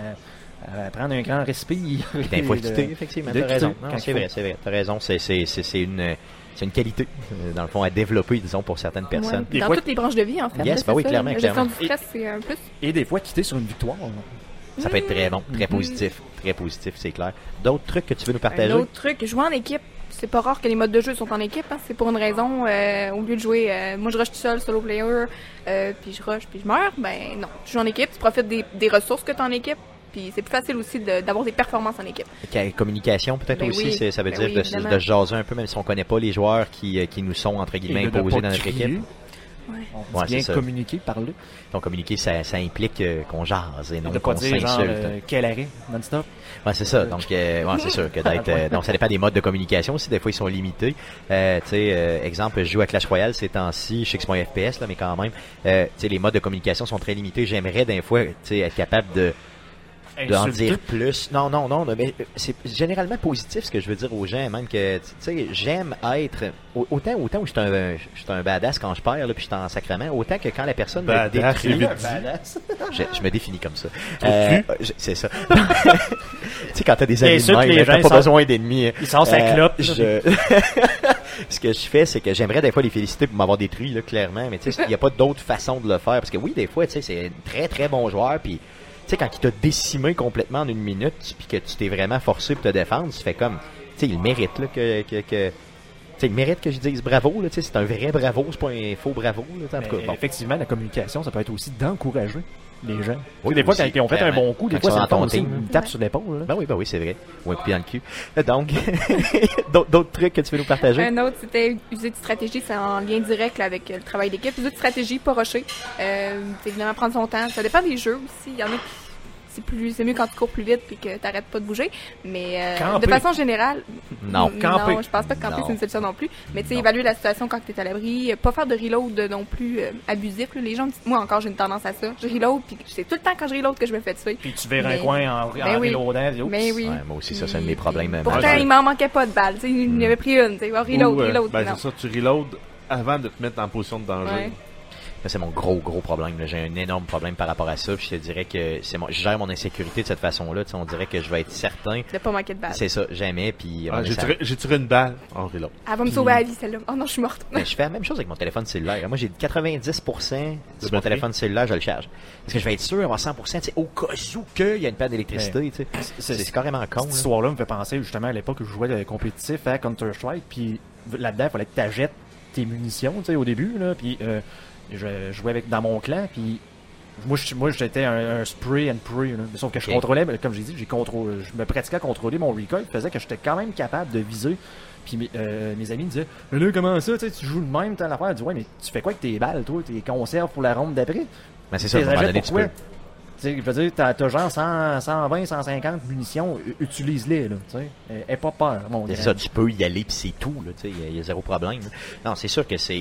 à, à prendre un grand respire. Des fois, quitter, effectivement. T'as raison. Non, c'est vrai, c'est vrai. T'as raison. C'est, c'est, c'est, c'est une, c'est une qualité, dans le fond, à développer, disons, pour certaines personnes. Ouais, dans fois, toutes les branches de vie, en fait. Yes, bah oui, ça. clairement, la clairement. gestion du stress, c'est un plus. Et des fois, quitter sur une victoire. Ça peut être très bon, très positif, très positif, c'est clair. D'autres trucs que tu veux nous partager? D'autres trucs, jouer en équipe. C'est pas rare que les modes de jeu sont en équipe, hein. C'est pour une raison. Euh, au lieu de jouer, euh, moi je rush tout seul, solo player, euh, puis je rush, puis je meurs, ben non. Tu joues en équipe, tu profites des, des ressources que tu as en équipe, puis c'est plus facile aussi de, d'avoir des performances en équipe. Okay, communication peut-être ben aussi, oui, c'est, ça veut ben dire oui, de, évidemment. de jaser un peu, même si on connaît pas les joueurs qui, qui nous sont, entre guillemets, imposés dans notre crier. équipe. Ouais. On dit ouais, bien communiquer, parler. Donc communiquer, ça, ça implique euh, qu'on jase et non de qu'on pas dire s'insulte. Genre, euh, quel arrêt, non-stop. Ouais, c'est ça. Donc, euh, ouais, c'est sûr que d'être. Euh, donc, ça dépend des modes de communication aussi. Des fois, ils sont limités. Euh, tu sais, euh, exemple, je joue à Clash Royale ces temps-ci. Je sais que c'est mon F P S là, mais quand même, euh, tu sais, les modes de communication sont très limités. J'aimerais des fois, tu sais, être capable de d'en dire plus. Non, non, non, mais c'est généralement positif ce que je veux dire aux gens, même que, tu sais, j'aime être, autant, autant où je suis un, je suis un badass quand je perds, là, puis je suis en sacrement, autant que quand la personne me détruit. Badass. Je, je me définis comme ça. Euh, je, c'est ça. Tu sais, quand t'as des amis de même, t'as pas sont, besoin d'ennemis. Ils sont sa clope. Je... Ce que je fais, c'est que j'aimerais des fois les féliciter pour m'avoir détruit, là, clairement, mais tu sais, il n'y a pas d'autre façon de le faire, parce que oui, des fois, tu sais, c'est un très, très bon joueur, puis tu sais, quand il t'a décimé complètement en une minute, puis que tu t'es vraiment forcé pour te défendre, tu fais comme, sais, il mérite là, que... que, que tu sais, il mérite que je dise bravo, là, tu sais, c'est un vrai bravo, c'est pas un faux bravo, là, en tout cas. Bon. Effectivement, la communication, ça peut être aussi d'encourager les gens. Oui, des fois, aussi, quand ils ont fait un clairement. bon coup, des Quand fois, ils ça sont fait dans ton aussi team. une tape sur l'épaule. là. Ben oui, ben oui, c'est vrai. Ou un coup dans le cul. Donc, d'autres, d'autres trucs que tu veux nous partager? Un autre, c'était user de stratégie, c'est en lien direct là, avec le travail d'équipe. User de stratégie, pas rusher. Euh, c'est évidemment prendre son temps. Ça dépend des jeux aussi. Il y en a qui c'est plus, c'est mieux quand tu cours plus vite et que tu n'arrêtes pas de bouger. Mais euh, Camper. de façon générale, Non. n- Camper. non, je pense pas que camper Non. c'est une solution non plus. Mais tu sais, Non. évaluer la situation quand tu es à l'abri, pas faire de reload non plus euh, abusif. Là. Les gens, me disent- moi encore, j'ai une tendance à ça. Je reload puis c'est tout le temps quand je reload que je me fais tuer. Puis tu verras un Mais- coin en, en Ben oui. reloadant. puis oups. Mais oui. Ouais, moi aussi, ça, c'est un de mes problèmes. euh, Pourtant, majeurs. il m'en manquait pas de balles. Tu sais, il y avait pris une. Tu sais, reload, Ou, euh, reload. ben, non. c'est ça, tu reload avant de te mettre en position de danger. Ouais. Ça, c'est mon gros, gros problème. là. J'ai un énorme problème par rapport à ça. Puis je te dirais que c'est mon... je gère mon insécurité de cette façon-là. Tu sais, on dirait que je vais être certain. De pas manquer de balles. C'est ça, jamais. Puis, Ah, on est j'ai, ça- tiré, j'ai tiré une balle en reload. Elle va me sauver la vie, celle-là. Oh non, je suis morte. Mais je fais la même chose avec mon téléphone cellulaire. Moi, j'ai quatre-vingt-dix pour cent De sur mon batterie. téléphone cellulaire, je le charge. Parce que je vais être sûr, avoir cent pour cent, tu sais, au cas où qu'il y a une panne d'électricité, tu sais. C'est, c'est carrément con. Cette là. histoire-là me fait penser justement à l'époque où je jouais le compétitif à Counter-Strike, puis là-dedans, il fallait que tu achètes tes munitions, tu sais, au début, là, puis euh, je jouais avec dans mon clan, puis moi, je, moi j'étais un, un spray and pray, là. Sauf que je Ok. contrôlais, mais comme j'ai dit, j'ai contrôlé, je me pratiquais à contrôler mon recoil, qui faisait que j'étais quand même capable de viser. Puis mes, euh, mes amis me disaient, mais là, comment ça, tu sais, tu joues le même, t'as l'affaire. Je dis, ouais, mais tu fais quoi avec tes balles, toi, tes conserves pour la ronde d'après? Mais c'est ça, à un Tu les moment achètes donné, tu pourquoi? peux. Tu sais, je veux dire, t'as, t'as genre cent, cent vingt, cent cinquante munitions, u- utilise-les, là, tu sais. Aie- Aie pas peur, mon C'est grand. ça, tu peux y aller, puis c'est tout, là, tu sais, il y, a zéro problème. là. Non, c'est sûr que c'est...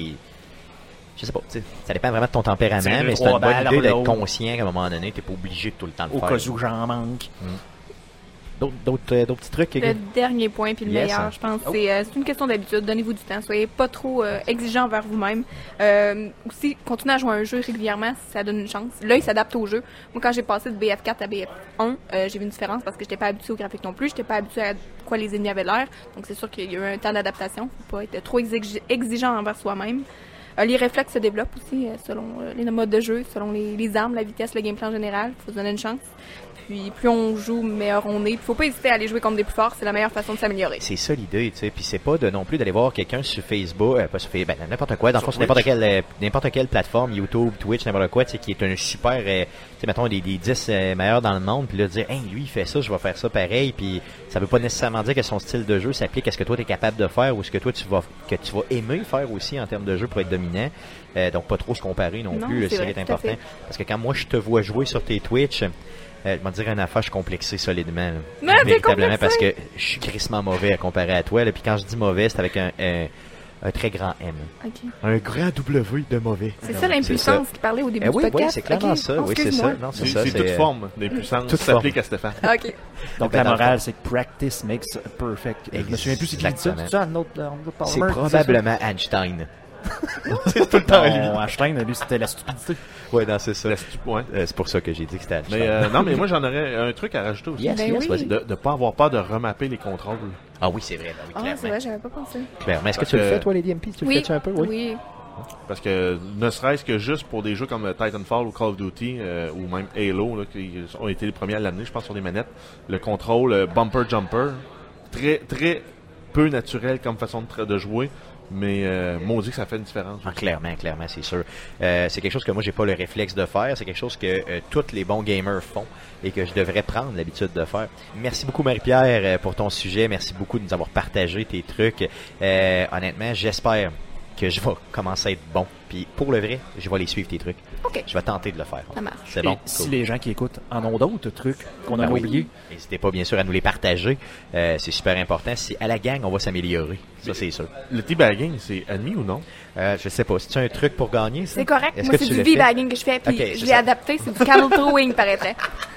Je sais pas, tu sais, ça dépend vraiment de ton tempérament, Tirer mais c'est trois une bonne balles, idée d'être reload. conscient qu'à un moment donné, t'es pas obligé de tout le temps de Au faire. cas où j'en manque. D'autres, d'autres, euh, d'autres petits trucs? Le Guy? dernier point, puis le Yes. meilleur, je pense, c'est, euh, c'est une question d'habitude. Donnez-vous du temps. Soyez pas trop euh, exigeant envers vous-même. Euh, aussi, continuez à jouer à un jeu régulièrement, ça donne une chance. L'œil s'adapte au jeu. Moi, quand j'ai passé de B F quatre à B F un, euh, j'ai vu une différence parce que j'étais pas habituée au graphique non plus. J'étais pas habituée à quoi les ennemis avaient l'air. Donc, c'est sûr qu'il y a eu un temps d'adaptation. Faut pas être trop exig- exigeant envers soi-même. Euh, les réflexes se développent aussi euh, selon euh, les modes de jeu, selon les, les armes, la vitesse, le gameplay en général. Faut se donner une chance. Puis plus on joue, meilleur on est. Puis faut pas hésiter à aller jouer contre des plus forts, c'est la meilleure façon de s'améliorer. C'est ça l'idée, tu sais. Puis c'est pas de non plus d'aller voir quelqu'un sur Facebook, euh, pas sur Facebook, ben, n'importe quoi, dans le fond, sur n'importe quelle, euh, n'importe quelle plateforme, YouTube, Twitch, n'importe quoi, tu sais, qui est un super, euh, tu sais, mettons, des, des dix euh, meilleurs dans le monde, puis là, dire, hey, lui, il fait ça, je vais faire ça pareil, puis ça veut pas nécessairement dire que son style de jeu s'applique à ce que toi, t'es capable de faire ou ce que toi, tu vas, que tu vas aimer faire aussi en termes de jeu pour être dominant. Euh, donc, pas trop se comparer non, Non, plus, c'est c'est vrai, est tout à important. fait. Parce que quand moi, je te vois jouer sur tes Twitch, Euh, je vais te dire une affaire, je suis complexé solidement. Là. Mais t'es Véritablement, complexé? parce que je suis crissement mauvais à comparer à toi. Là. Puis quand je dis mauvais, c'est avec un, un, un très grand M. Ok. Un grand W de mauvais. C'est Non, ça c'est l'impuissance qui parlait au début Eh du oui, podcast. oui, c'est clairement Ok. ça. Oh, Oui, c'est ça. excuse-moi. Non, c'est C'est, ça. c'est toute euh, forme d'impuissance toute qui s'applique à Stéphane. Ok. Donc Ben, la dans le morale, c'est que practice makes perfect. Je me souviens plus c'est qui dit ça. Exactement. C'est ça, un autre, un autre C'est Palmer qui dit ça? probablement Einstein. C'est tout le temps lui. Einstein, lui, c'était la stupidité. Ouais, non, c'est ça. La stu- ouais. Euh, c'est pour ça que j'ai dit que c'était Einstein. Mais euh, non, mais moi j'en aurais un truc à rajouter aussi. Yes, Ben yes, oui. vas-y. De ne pas avoir peur de remapper les contrôles. Ah oui, c'est vrai. Ben oui, Ah, clairement. c'est vrai, j'avais pas pensé. Clairement. Est-ce que Parce tu le que- fais, toi, les D M P? Tu le Oui. fais-tu un peu? Oui. Oui. Parce que ne serait-ce que juste pour des jeux comme euh, Titanfall ou Call of Duty euh, ou même Halo, là, qui ont été les premiers à l'amener, je pense, sur les manettes, le contrôle euh, bumper-jumper, très très peu naturel comme façon de, tra- de jouer, mais euh, maudit que ça fait une différence. Ah, clairement, clairement, c'est sûr. Euh, c'est quelque chose que moi, j'ai pas le réflexe de faire. C'est quelque chose que euh, tous les bons gamers font et que je devrais prendre l'habitude de faire. Merci beaucoup, Marie-Pierre, euh, pour ton sujet. Merci beaucoup de nous avoir partagé tes trucs. Euh, honnêtement, j'espère que je vais commencer à être bon. Puis pour le vrai, je vais les suivre tes trucs. Ok. Je vais tenter de le faire. Ça marche. C'est bon. Et si Cool. les gens qui écoutent en ont d'autres trucs qu'on a Ben oui. oubliés, N'hésitez pas, bien sûr, à nous les partager. Euh, c'est super important. Si à la gang, on va s'améliorer. Ça, c'est sûr. Le teabagging, c'est admis ou non? Euh, je sais pas. C'est-tu un truc pour gagner, ça? C'est correct. Est-ce Moi, que c'est tu du le fais? V-bagging que je fais, puis Ok, je c'est l'ai ça. adapté. C'est du camel throwing, paraîtrait.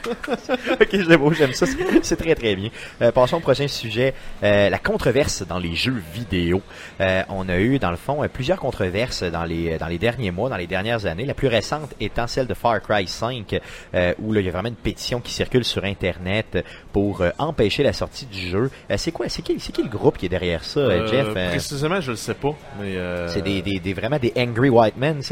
Ok, c'est beau, j'aime ça. C'est- C'est très, très bien. Euh, passons au prochain sujet. Euh, la controverse dans les jeux vidéo. Euh, on a eu, dans le fond, euh, plusieurs controverses dans les dans les derniers mois, dans les dernières années. La plus récente étant celle de Far Cry cinq, euh, où là, il y a vraiment une pétition qui circule sur Internet pour euh, empêcher la sortie du jeu. Euh, c'est quoi? C'est qui, c'est qui le groupe qui est derrière ça, euh, Euh, Jeff? Euh, Précisément, je le sais pas, mais... euh, c'est des, des, des, vraiment des Angry White Men, c'est ça?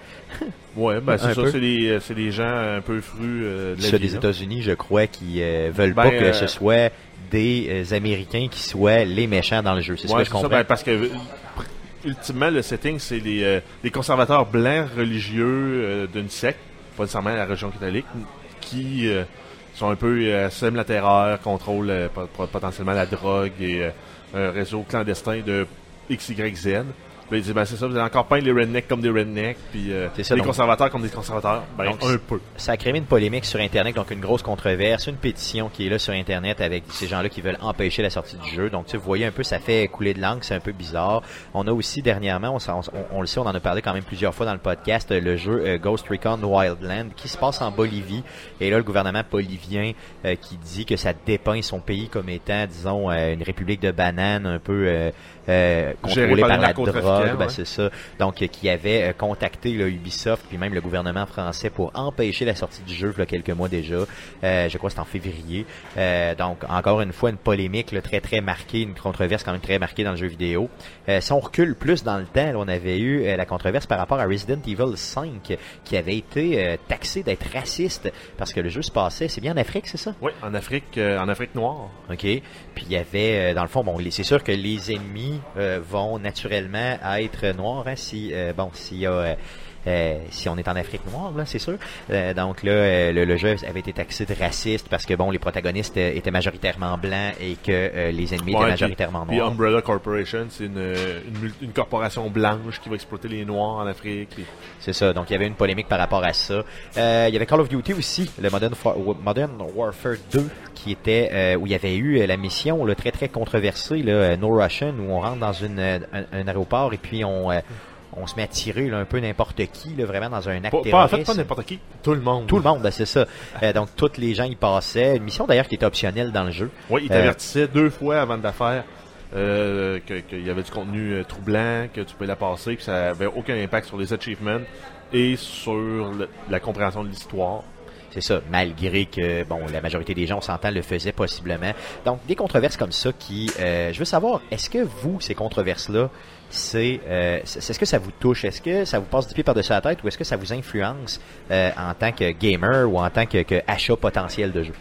Ouais, ben c'est Un ça, peu. c'est des, c'est des gens un peu frus euh, de la Ceux vie, des là. États-Unis, je crois, qui euh, veulent Ben, pas que euh, ce soit des euh, Américains qui soient les méchants dans le jeu. C'est ce Ouais, que je c'est ça, comprends. ben, parce que euh, ultimement, le setting, c'est les, euh, les conservateurs blancs religieux euh, d'une secte, pas nécessairement la religion catholique, qui euh, sont un peu euh, sèment la terreur, contrôlent euh, pot- pot- potentiellement la drogue et euh, un réseau clandestin de X Y Z. Puis ils disent, ben c'est ça, vous avez encore peint les rednecks comme des rednecks, puis euh, C'est ça, les donc- conservateurs comme des conservateurs. Ben, Donc, un peu. Ça a créé une polémique sur Internet, donc une grosse controverse, une pétition qui est là sur Internet avec ces gens-là qui veulent empêcher la sortie du jeu. Donc, tu sais, vous voyez un peu, ça fait couler de langue, c'est un peu bizarre. On a aussi dernièrement, on, s'en- on, on le sait, on en a parlé quand même plusieurs fois dans le podcast, le jeu euh, Ghost Recon Wildland qui se passe en Bolivie. Et là, le gouvernement bolivien euh, qui dit que ça dépeint son pays comme étant, disons, euh, une république de bananes un peu euh, euh, Géré contrôlée par par les la narcotrafiquants, drogue. Ben, ouais. c'est ça. Donc, euh, qui avait euh, contacté là, Ubisoft puis même le gouvernement français pour empêcher la sortie du jeu il y a quelques mois déjà. Euh, je crois que c'est en février. Euh, donc, encore une fois, une polémique là, très très marquée, une controverse quand même très marquée dans le jeu vidéo. Euh, si on recule plus dans le temps, là, on avait eu euh, la controverse par rapport à Resident Evil cinq qui avait été euh, taxé d'être raciste parce que le jeu se passait, c'est bien en Afrique, c'est ça? Oui, en Afrique, euh, en Afrique noire. OK. Puis il y avait, euh, dans le fond, bon, les- c'est sûr que les ennemis euh, vont naturellement être noirs, hein, si, euh, bon, s'il y a... euh, euh, si on est en Afrique noire, là, c'est sûr. Euh, donc là, euh, le, le jeu avait été taxé de raciste parce que bon, les protagonistes euh, étaient majoritairement blancs et que euh, les ennemis Ouais, étaient puis- majoritairement Puis noirs. Umbrella Corporation, c'est une, une, mul- une corporation blanche qui va exploiter les Noirs en Afrique. puis- C'est ça. Donc il y avait une polémique par rapport à ça. Euh, il y avait Call of Duty aussi, le Modern, Fa- Modern Warfare deux, qui était euh, où il y avait eu euh, la mission là, très très controversée, là, euh, No Russian, où on rentre dans une, euh, un, un aéroport et puis on euh, on se met à tirer là, un peu n'importe qui, là, vraiment dans un acte Pas, pas- en terroriste. fait, pas n'importe qui, tout le monde. Tout le monde, ben, c'est ça. Euh, donc, tous les gens y passaient. Une mission d'ailleurs qui était optionnelle dans le jeu. Oui, il Euh, t'avertissait deux fois avant de la faire euh, que- qu'il y avait du contenu euh, troublant, que tu pouvais la passer, que ça avait aucun impact sur les achievements et sur le- la compréhension de l'histoire. C'est ça, malgré que, bon, la majorité des gens, on s'entend, le faisaient possiblement. Donc, des controverses comme ça qui... euh, je veux savoir, est-ce que vous, ces controverses-là, c'est, euh, c'est est-ce que ça vous touche? Est-ce que ça vous passe du pied par-dessus la tête ou est-ce que ça vous influence euh, en tant que gamer ou en tant que, que achat potentiel de jeu?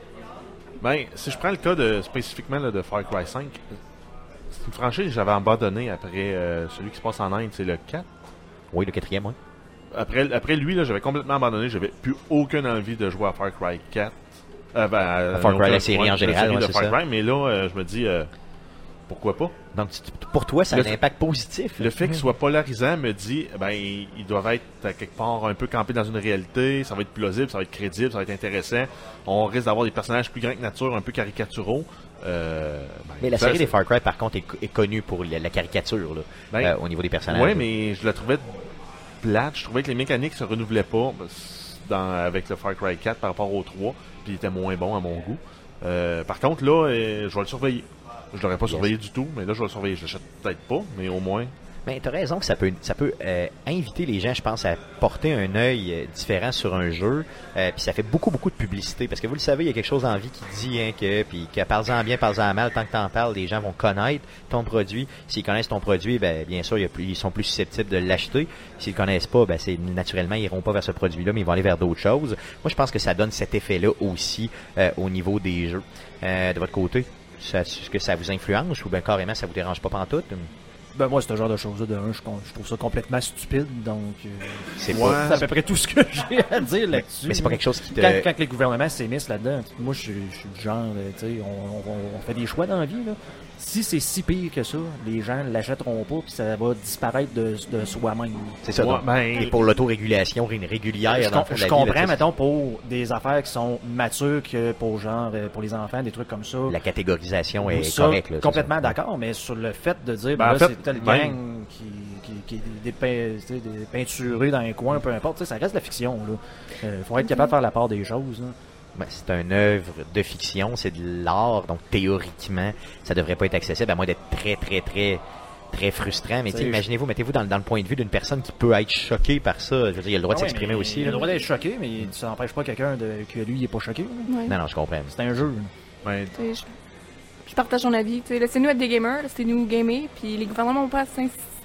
Ben, si je prends le cas de spécifiquement là, de Far Cry cinq, c'est une franchise que j'avais abandonné après euh, celui qui se passe en Inde, c'est le quatre. Oui, le quatrième, oui. Après, après lui, là, j'avais complètement abandonné. J'avais plus aucune envie de jouer à Far Cry quatre. Euh, ben, à- Far Cry, non, la que- série ouais, en général, la série ouais, de c'est Far ça. Cry, mais là, euh, je me dis, euh, pourquoi pas? Donc, tu- pour toi, ça a Le un fait- impact positif. Le fait qu'il soit polarisant me dit, ben, ils ils doivent être à quelque part un peu campés dans une réalité. Ça va être plausible, ça va être crédible, ça va être intéressant. On risque d'avoir des personnages plus grands que nature, un peu caricaturaux. Euh, ben, Mais la ça, série c'est- des Far Cry, par contre, est, est connue pour la, la caricature, là, Ben, euh, au niveau des personnages. Ouais, mais je la trouvais plate. Je trouvais que les mécaniques se renouvelaient pas dans, avec le Far Cry quatre par rapport au trois, puis il était moins bon à mon goût. Euh, par contre, là, euh, je vais le surveiller. Je l'aurais pas Yes. surveillé du tout, mais là, je vais le surveiller. Je l'achète peut-être pas, mais au moins. Mais t'as raison que ça peut, ça peut euh, inviter les gens, je pense, à porter un œil euh, différent sur un jeu. Euh, puis ça fait beaucoup, beaucoup de publicité. Parce que vous le savez, il y a quelque chose en vie qui dit hein, que, puis que parle-en bien, parle-en mal, tant que t'en parles, les gens vont connaître ton produit. S'ils connaissent ton produit, ben bien sûr, il y a plus, ils sont plus susceptibles de l'acheter. S'ils le connaissent pas, ben c'est naturellement, ils iront pas vers ce produit-là, mais ils vont aller vers d'autres choses. Moi, je pense que ça donne cet effet-là aussi euh, au niveau des jeux. Euh, de votre côté, ça- est-ce que ça vous influence ou bien carrément ça vous dérange pas pantoute? Ben moi, ce genre de choses-là, de un, je, je trouve ça complètement stupide, donc euh, C'est Ouais. pas, c'est à peu près tout ce que j'ai à dire là-dessus. mais c'est pas quelque chose qui te... Quand, quand les gouvernements s'émissent là-dedans, moi, je, suis- je suis du genre, euh, tu sais, on, on- on fait des choix dans la vie, là. Si c'est si pire que ça, les gens l'achèteront pas, puis ça va disparaître de, de soi-même. C'est ça. Ouais, donc, ben, et pour l'autorégulation ré- régulière, Je, dans le com- fond de je la vie, là, comprends, tu sais, mettons, pour des affaires qui sont matures que pour genre, euh, pour les enfants, des trucs comme ça. la catégorisation est Ça, correcte. Là, c'est complètement ça. d'accord, mais sur le fait de dire, Ben, ben, en là, fait, c'est tel même- gang qui, qui, qui est dépeint- tu sais, des peinturé dans un coin, peu importe, tu sais, ça reste de la fiction. Il faut être capable de faire la part des choses. Là. Ben, c'est une œuvre de fiction, c'est de l'art, donc théoriquement, ça devrait pas être accessible, à moins d'être très, très, très, très frustrant. Mais tu sais, C'est- imaginez-vous, mettez-vous dans, dans le point de vue d'une personne qui peut être choquée par ça. Je veux dire, il a le droit de Ah ouais, s'exprimer mais aussi. Il a là. le droit d'être choqué, mais ça n'empêche pas quelqu'un de, que lui, il est pas choqué. là. Ouais. Non, non, je comprends. C'est un jeu. là. ben, Tu sais, Je, je partage ton avis. Tu sais, Laissez-nous être des gamers, laissez-nous gamer, puis les gouvernements n'ont pas à s'in-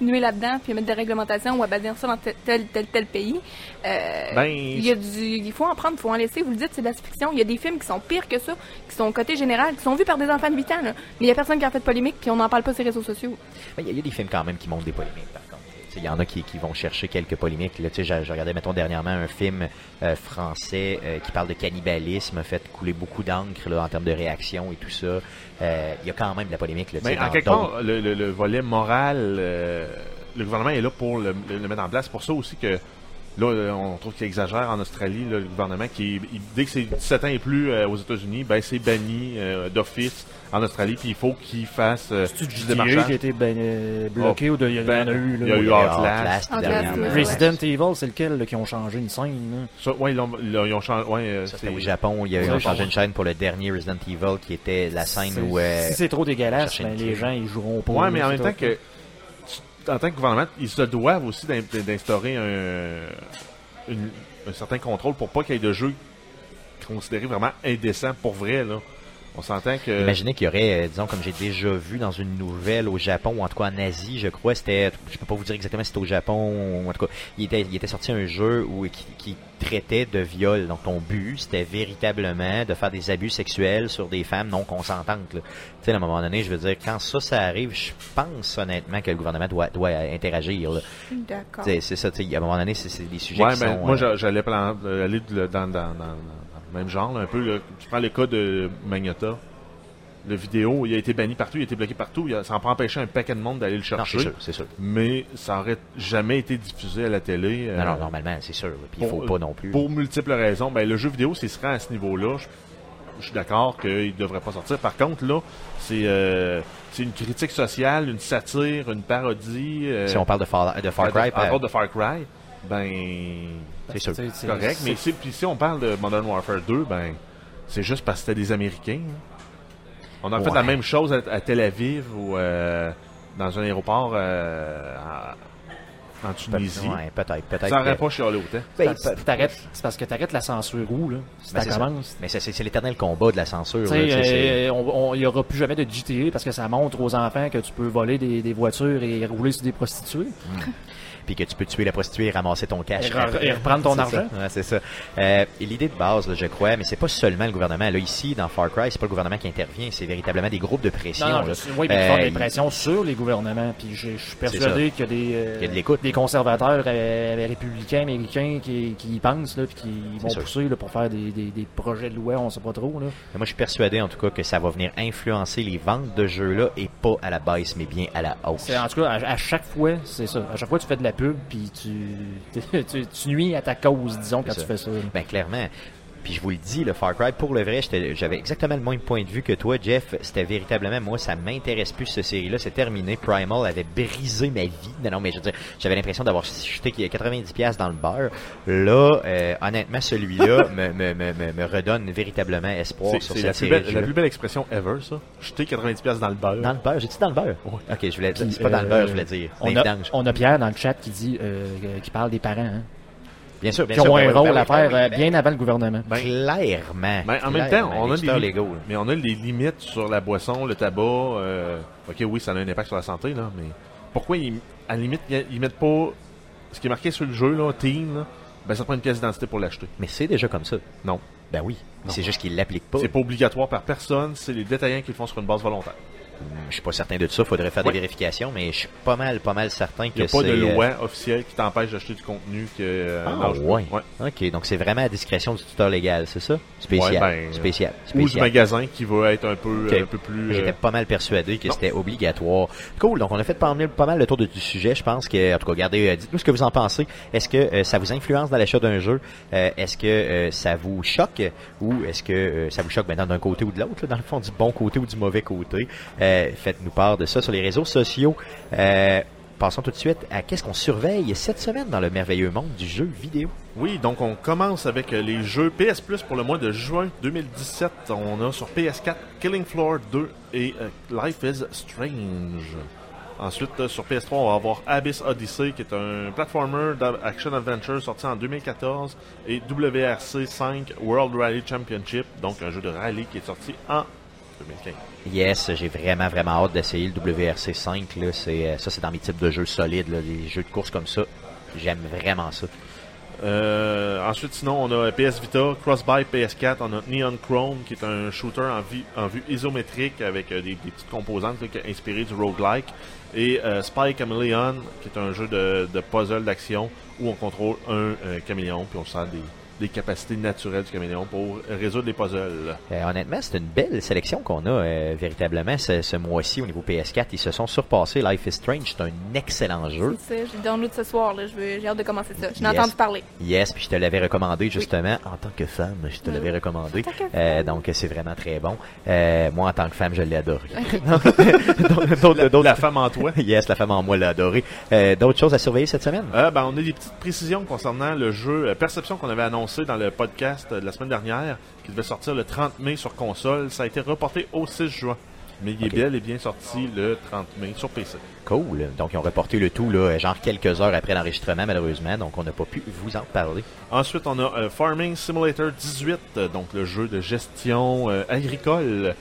continuer là-dedans, puis mettre des réglementations ou à bannir ça dans tel, tel, tel, tel pays. Euh, Ben, il, y a du, il faut en prendre, il faut en laisser. Vous le dites, c'est de la fiction. Il y a des films qui sont pires que ça, qui sont côté général, qui sont vus par des enfants de huit ans, là. Mais il y a personne qui en fait de polémique, puis on n'en parle pas sur les réseaux sociaux. Il y, y a des films quand même qui montrent des polémiques, par contre. Il y en a qui, qui vont chercher quelques polémiques. Là, je, je regardais, mettons, dernièrement un film euh, français euh, qui parle de cannibalisme, a fait couler beaucoup d'encre là, en termes de réaction et tout ça. Euh, il y a quand même de la polémique. Là, Mais dans en quelque d'autres... part, le, le, le volet moral, euh, le gouvernement est là pour le, le, le mettre en place. C'est pour ça aussi que là, on trouve qu'il exagère en Australie, là, le gouvernement, qui il, dès que c'est dix-sept ans et plus euh, aux États-Unis, ben c'est banni euh, d'office en Australie, puis il faut qu'il fasse euh, C'est-tu du du G T A démarchage. qui a été ben, euh, bloqué Oh, ou de- il y, en ben, a eu? Là, il y a eu où- Outlast. Outlast, dernièrement. ouais. Resident Evil, c'est lequel là, qui ont changé une scène? Là? Ça, ouais, ils, ont, ils ont changé. Ouais, euh, Ça, c'est- c'était au Japon. Il y a eu Ouais, on changé bon. une chaîne pour le dernier Resident Evil qui était la scène C'est- où... euh, Si c'est trop dégueulasse, chercher ben, une les clé. gens ils joueront pas. Ouais, là, mais en c'est même tout. temps que, tu- en tant que gouvernement, ils se doivent aussi d'in- d'instaurer un, une- un certain contrôle pour pas qu'il y ait de jeux considérés vraiment indécents pour vrai, là. On s'entend que... Imaginez qu'il y aurait, euh, disons, comme j'ai déjà vu dans une nouvelle au Japon, ou en tout cas en Asie, je crois, c'était, je peux pas vous dire exactement si c'était au Japon, ou en tout cas, il était, il était sorti un jeu où, qui, qui traitait de viol. Donc, ton but, c'était véritablement de faire des abus sexuels sur des femmes non consentantes, là. Tu sais, à un moment donné, je veux dire, quand ça, ça arrive, je pense honnêtement que le gouvernement doit, doit interagir, là. D'accord. Tu sais, c'est ça, tu sais, à un moment donné, c'est, c'est des sujets Ouais, qui ben, sont... moi, euh, j'a- j'allais plan- euh, aller de- dans, dans, dans, dans le même genre, là, un peu. Là. Tu prends le cas de Magnota. Le vidéo, il a été banni partout, il a été bloqué partout. Il a- ça n'a pas empêché un paquet de monde d'aller le non, chercher. c'est sûr, c'est sûr. Mais ça aurait jamais été diffusé à la télé. euh, Non, non, normalement, c'est sûr. là. Puis il faut pour- pas non plus. Pour multiples raisons. Ben, le jeu vidéo, s'il serait à ce niveau-là, je, je suis d'accord qu'il ne devrait pas sortir. Par contre, là, c'est euh, c'est une critique sociale, une satire, une parodie. euh, Si on parle de Far, de Far de- Cry, entre euh, autre de Far Cry, ben... c'est sûr. C'est- c'est- correct. c'est- Mais si, puis si on parle de Modern Warfare deux, ben, c'est juste parce que c'était des Américains. hein. On a fait Ouais. la même chose à, à Tel Aviv ou euh, dans un aéroport euh, en, en Tunisie. Ouais, peut-être, peut-être. Ça n'aurait que- pas chialé autant. Ben, C'est peut- t'arrêtes- c'est parce que t'arrêtes la censure où, là? Si Ben, ça c'est ça. commence. Mais c'est, c'est, c'est l'éternel combat de la censure. Tu là, tu sais, c'est- sais, euh, on- on- il n'y aura plus jamais de G T A parce que ça montre aux enfants que tu peux voler des, des voitures et rouler sur des prostituées. Puis que tu peux tuer la prostituée et ramasser ton cash. Et re- après. et reprendre ton C'est argent. ça. Ouais, c'est ça. Euh, et l'idée de base, là, je crois, mais c'est pas seulement le gouvernement. Là, ici, dans Far Cry, c'est pas le gouvernement qui intervient, c'est véritablement des groupes de pression. Non, non, là. je, oui, mais ils Euh, font des pressions sur les gouvernements. Puis je, je suis persuadé qu'il y a des, euh, Il y a de l'écoute. des conservateurs euh, républicains américains qui, qui y pensent, là, puis qui vont sûr. pousser là, pour faire des, des, des projets de loi, on sait pas trop. Là. Mais moi, je suis persuadé, en tout cas, que ça va venir influencer les ventes de jeux-là et pas à la baisse, mais bien à la hausse. C'est, en tout cas, à, à chaque fois, c'est ça. À chaque fois, tu fais de la pub, puis tu, tu, tu nuis à ta cause, disons, quand C'est tu ça. fais ça. là. Ben clairement. Puis je vous le dis, le Far Cry, pour le vrai, j'étais- j'avais exactement le même point de vue que toi, Jeff. C'était véritablement, moi, ça m'intéresse plus, cette série-là. C'est terminé. Primal avait brisé ma vie. Non, non, mais je veux dire, j'avais l'impression d'avoir jeté quatre-vingt-dix piastres dans le beurre. Là, euh, honnêtement, celui-là me, me, me, me, me redonne véritablement espoir C'est sur c'est cette la, plus série. belle, la plus belle expression ever, ça. Jeter quatre-vingt-dix piastres dans le beurre. Dans le beurre, j'ai dit dans le beurre? Ouais. Ok, je voulais dire, Puis, c'est pas dans le beurre, euh, je voulais dire. C'est On des a, vidanges. on a Pierre dans le chat qui dit, euh, qui parle des parents, hein, Bien sûr, bien qui sûr. ont ben un oui, rôle ben à oui, faire ben oui, euh, ben bien avant le gouvernement. Ben, Clairement. Ben, en même temps, clairement, on a, les des tuteurs limi- légaux. là. mais on a les limites sur la boisson, le tabac. euh, ok, oui, ça a un impact sur la santé, là, mais pourquoi, ils, à la limite, ils, ils mettent pas ce qui est marqué sur le jeu, là, teen, là, ben, ça prend une pièce d'identité pour l'acheter. Mais c'est déjà comme ça. Non. Ben oui. Non. C'est juste qu'ils l'appliquent pas. C'est pas obligatoire par personne, c'est les détaillants qui le font sur une base volontaire. Je suis pas certain de ça, faudrait faire Ouais. des vérifications, mais je suis pas mal, pas mal certain que Il n'y a pas c'est... de euh, loi officielle qui t'empêche d'acheter du contenu que euh, Ah, l'âge- ouais. ouais. Ok, donc c'est vraiment à discrétion du tuteur légal, c'est ça? Spécial. Ouais, ben, spécial. Ou du Spécial. magasin qui va être un peu, Ok. un peu plus... J'étais euh, pas mal persuadé que non. c'était obligatoire. Cool, donc on a fait pas mal, pas mal le tour de- du sujet. Je pense que, en tout cas, regardez, euh, dites-nous ce que vous en pensez. Est-ce que euh, ça vous influence dans l'achat d'un jeu? Euh, est-ce que euh, ça vous choque? Ou est-ce que euh, ça vous choque maintenant d'un côté ou de l'autre? là, Dans le fond, du bon côté ou du mauvais côté? Euh, faites-nous part de ça sur les réseaux sociaux. Euh, passons tout de suite à qu'est-ce qu'on surveille cette semaine dans le merveilleux monde du jeu vidéo. Oui, donc on commence avec euh, les jeux P S Plus pour le mois de juin deux mille dix-sept. On a sur P S quatre Killing Floor deux et euh, Life is Strange. Ensuite, euh, sur P S trois, on va avoir Abyss Odyssey, qui est un platformer d'action adventure sorti en deux mille quatorze, et W R C cinq World Rally Championship, donc un jeu de rallye qui est sorti en deux mille quinze. Yes, j'ai vraiment, vraiment hâte d'essayer le W R C cinq. Là. C'est, euh, ça, c'est dans mes types de jeux solides. Là. Les jeux de course comme ça, j'aime vraiment ça. Euh, ensuite, sinon, on a P S Vita, Cross-Buy P S quatre, on a Neon Chrome, qui est un shooter en, vie, en vue isométrique avec euh, des, des petites composantes là, inspirées du roguelike. Et euh, Spy Chameleon, qui est un jeu de, de puzzle d'action où on contrôle un euh, caméléon, puis on sent des, des capacités naturelles du caméléon pour résoudre les puzzles. Euh, honnêtement, c'est une belle sélection qu'on a euh, véritablement ce, ce mois-ci au niveau P S quatre. Ils se sont surpassés. Life is Strange, c'est un excellent jeu. C'est ça, j'ai le download ce soir. Là. Je veux, j'ai hâte de commencer ça. J'en ai Yes. entendu parler. Yes, puis je te l'avais recommandé justement oui. en tant que femme. Je te l'avais recommandé. Euh, donc, c'est vraiment très bon. Euh, moi, en tant que femme, je l'ai adoré. donc, d'autres, la, d'autres... la femme en toi. Yes, la femme en moi l'a adoré. Euh, d'autres choses à surveiller cette semaine? Euh, ben, on a des petites précisions concernant le jeu euh, Perception qu'on avait annoncé dans le podcast de la semaine dernière, qui devait sortir le trente mai sur console. Ça a été reporté au six juin. Mais il est okay. bel et bien sorti le trente mai sur P C. Cool. Donc, ils ont reporté le tout, là, genre quelques heures après l'enregistrement, malheureusement. Donc, on n'a pas pu vous en parler. Ensuite, on a euh, Farming Simulator dix-huit, euh, donc le jeu de gestion euh, agricole,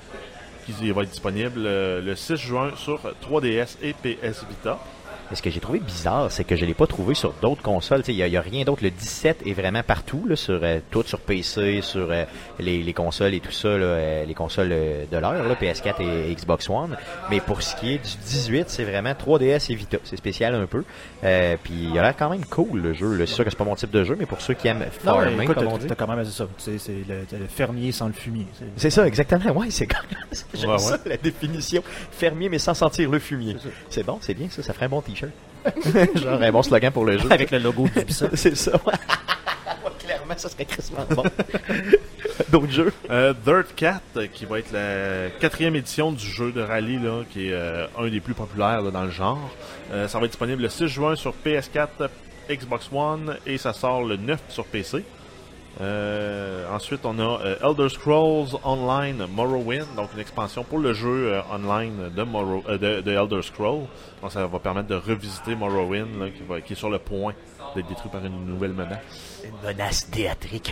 qui va être disponible euh, le six juin sur trois D S et P S Vita. Et ce que j'ai trouvé bizarre, c'est que je ne l'ai pas trouvé sur d'autres consoles. Il n'y a, a rien d'autre. Le dix-sept est vraiment partout, là, sur euh, tout sur P C, sur euh, les, les consoles et tout ça, là, euh, les consoles euh, de l'heure, là, P S quatre et, et Xbox One. Mais pour ce qui est du dix-huit, c'est vraiment trois D S et Vita. C'est spécial un peu. Euh, puis il a l'air quand même cool, le jeu. Là. C'est sûr que c'est pas mon type de jeu, mais pour ceux qui aiment farmer, écoute, comme on dit. T'as quand même c'est ça. C'est, c'est le, le fermier sans le fumier. C'est, c'est ça, exactement. Ouais, c'est quand même ça. J'aime ouais, ça, ouais. la définition. Fermier, mais sans sentir le fumier. C'est, c'est bon, c'est bien ça. Ça ferait un bon t-shirt. Genre un bon slogan pour le jeu. Avec le logo du Ubisoft. C'est ça. Ouais, clairement, ça serait crissement bon. D'autres jeux. Euh, Dirt quatre, qui va être la quatrième édition du jeu de rallye, là, qui est euh, un des plus populaires là, dans le genre. Euh, ça va être disponible le six juin sur P S quatre, Xbox One, et ça sort le neuf sur P C. Euh, ensuite, on a euh, Elder Scrolls Online Morrowind, donc une expansion pour le jeu euh, online de, Morrow, euh, de, de Elder Scrolls. Donc, ça va permettre de revisiter Morrowind, là, qui, va, qui est sur le point d'être détruit par une nouvelle menace. Une menace théâtrique.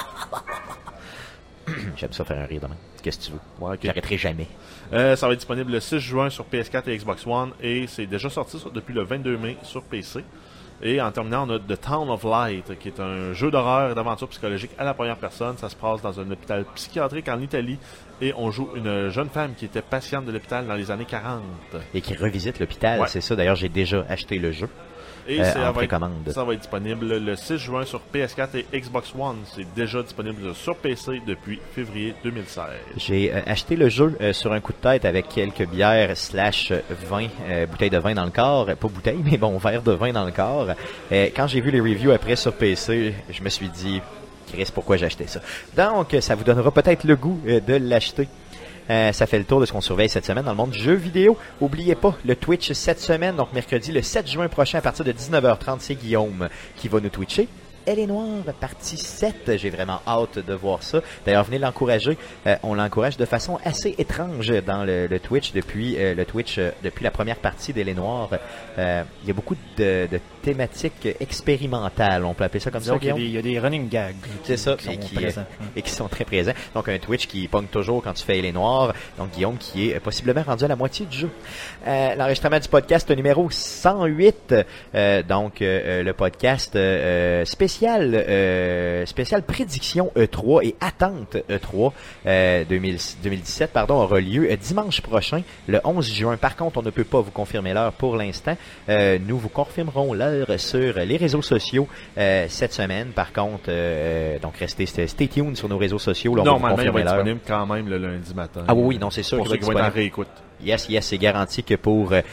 J'aime ça faire un rire demain. Qu'est-ce que tu veux? Ouais, okay. J'arrêterai jamais. Euh, ça va être disponible le six juin sur P S quatre et Xbox One, et c'est déjà sorti sur, depuis le vingt-deux mai sur P C. Et en terminant, on a The Town of Light, qui est un jeu d'horreur et d'aventure psychologique à la première personne. Ça se passe dans un hôpital psychiatrique en Italie, et on joue une jeune femme qui était patiente de l'hôpital dans les années quarante. Et qui revisite l'hôpital, ouais. C'est ça. D'ailleurs, j'ai déjà acheté le jeu. Et euh, ça, en va être, ça va être disponible le six juin sur P S quatre et Xbox One. C'est déjà disponible sur P C depuis février deux mille seize. J'ai euh, acheté le jeu euh, sur un coup de tête avec quelques bières slash vin, euh, bouteilles de vin dans le corps. Pas bouteille, mais bon, verre de vin dans le corps. Euh, quand j'ai vu les reviews après sur P C, je me suis dit, Chris, pourquoi j'ai acheté ça? Donc, ça vous donnera peut-être le goût euh, de l'acheter. Euh, ça fait le tour de ce qu'on surveille cette semaine dans le monde du jeu vidéo. Oubliez pas, le Twitch cette semaine, donc mercredi le sept juin prochain à partir de dix-neuf heures trente, c'est Guillaume qui va nous twitcher. Elle est noire, partie sept. J'ai vraiment hâte de voir ça. D'ailleurs, venez l'encourager. Euh, on l'encourage de façon assez étrange dans le, le Twitch depuis euh, le Twitch euh, depuis la première partie d'Elle est noire. Euh, il y a beaucoup de, de thématiques expérimentales. On peut appeler ça comme Disons ça, Guillaume? Il y a des, il y a des running gags. C'est ça, qui et sont, qui, présents. Euh, et qui sont très présents. Donc, un Twitch qui pogne toujours quand tu fais Elle est noire. Donc, Guillaume qui est possiblement rendu à la moitié du jeu. Euh, l'enregistrement du podcast numéro cent huit. Euh, donc, euh, le podcast euh, spécial euh, spécial prédiction E trois et attente E trois euh, deux mille dix-sept pardon, aura lieu euh, dimanche prochain, le onze juin. Par contre, on ne peut pas vous confirmer l'heure pour l'instant. Euh, nous vous confirmerons l'heure sur les réseaux sociaux euh, cette semaine. Par contre, euh, donc restez stay tuned sur nos réseaux sociaux. Là, on Normalement, va vous il va être l'heure. disponible quand même le lundi matin. Ah oui, oui, non, c'est sûr. Pour ceux qui vont être en réécoute. Yes, yes, c'est garanti que pour euh,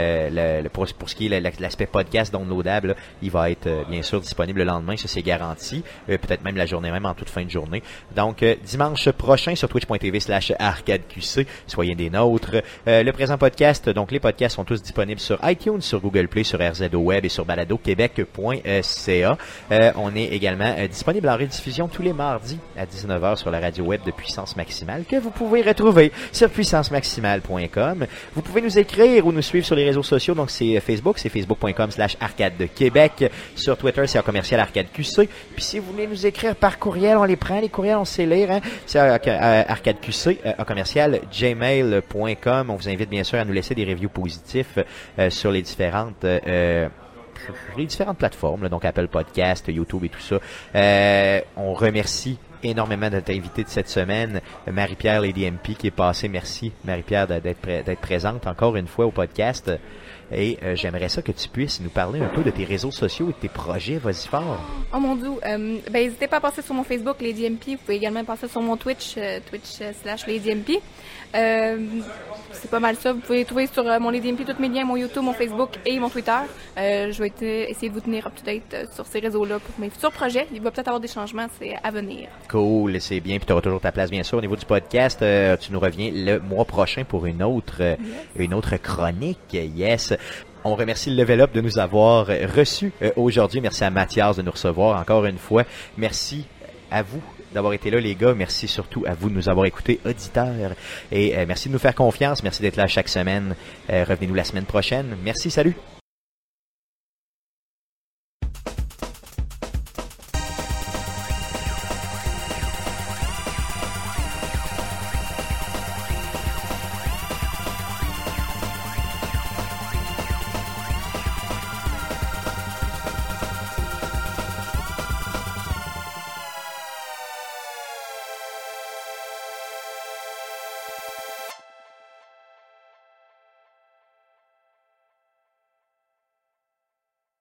le, le pour, pour ce qui est le, l'aspect podcast downloadable, là, il va être euh, bien sûr disponible le lendemain, ça c'est garanti, euh, peut-être même la journée même en toute fin de journée. Donc euh, dimanche prochain sur twitch.tv slash arcadeqc, soyez des nôtres. Euh, le présent podcast, donc les podcasts sont tous disponibles sur iTunes, sur Google Play, sur R Z O Web et sur balado québec point c a. Euh, on est également euh, disponible en rediffusion tous les mardis à dix-neuf heures sur la radio web de Puissance Maximale que vous pouvez retrouver sur puissance maximale point com. com. Vous pouvez nous écrire ou nous suivre sur les réseaux sociaux. Donc, c'est Facebook, c'est facebook point com slash arcade de Québec. Sur Twitter, c'est un commercial arcade Q C. Puis, si vous voulez nous écrire par courriel, on les prend. Les courriels, on sait lire. Hein? C'est euh, arcade Q C, euh, commercial gmail point com. On vous invite bien sûr à nous laisser des reviews positifs euh, sur les différentes... Euh, les différentes plateformes, là, donc Apple Podcast, YouTube et tout ça. Euh, on remercie énormément de notre invité de cette semaine, Marie-Pierre Lady M P, qui est passée. Merci, Marie-Pierre, d'être, d'être présente encore une fois au podcast. Et euh, j'aimerais ça que tu puisses nous parler un peu de tes réseaux sociaux et de tes projets. Vas-y fort. Oh mon Dieu. Euh, ben, n'hésitez pas à passer sur mon Facebook, Lady M P. Vous pouvez également passer sur mon Twitch, euh, Twitch euh, slash Lady M P. Euh, c'est pas mal ça. Vous pouvez trouver sur euh, mon Lady M P tous mes liens, mon YouTube, mon Facebook et mon Twitter. Euh, je vais être, essayer de vous tenir up-to-date euh, sur ces réseaux-là pour mes futurs projets. Il va peut-être avoir des changements, c'est à venir. Cool, c'est bien. Puis tu auras toujours ta place, bien sûr. Au niveau du podcast, euh, tu nous reviens le mois prochain pour une autre, euh, yes. une autre chronique. Yes. On remercie le Level Up de nous avoir reçus euh, aujourd'hui. Merci à Mathias de nous recevoir encore une fois. Merci à vous d'avoir été là, les gars. Merci surtout à vous de nous avoir écoutés, auditeurs. Et euh, merci de nous faire confiance. Merci d'être là chaque semaine. Euh, revenez-nous la semaine prochaine. Merci, salut!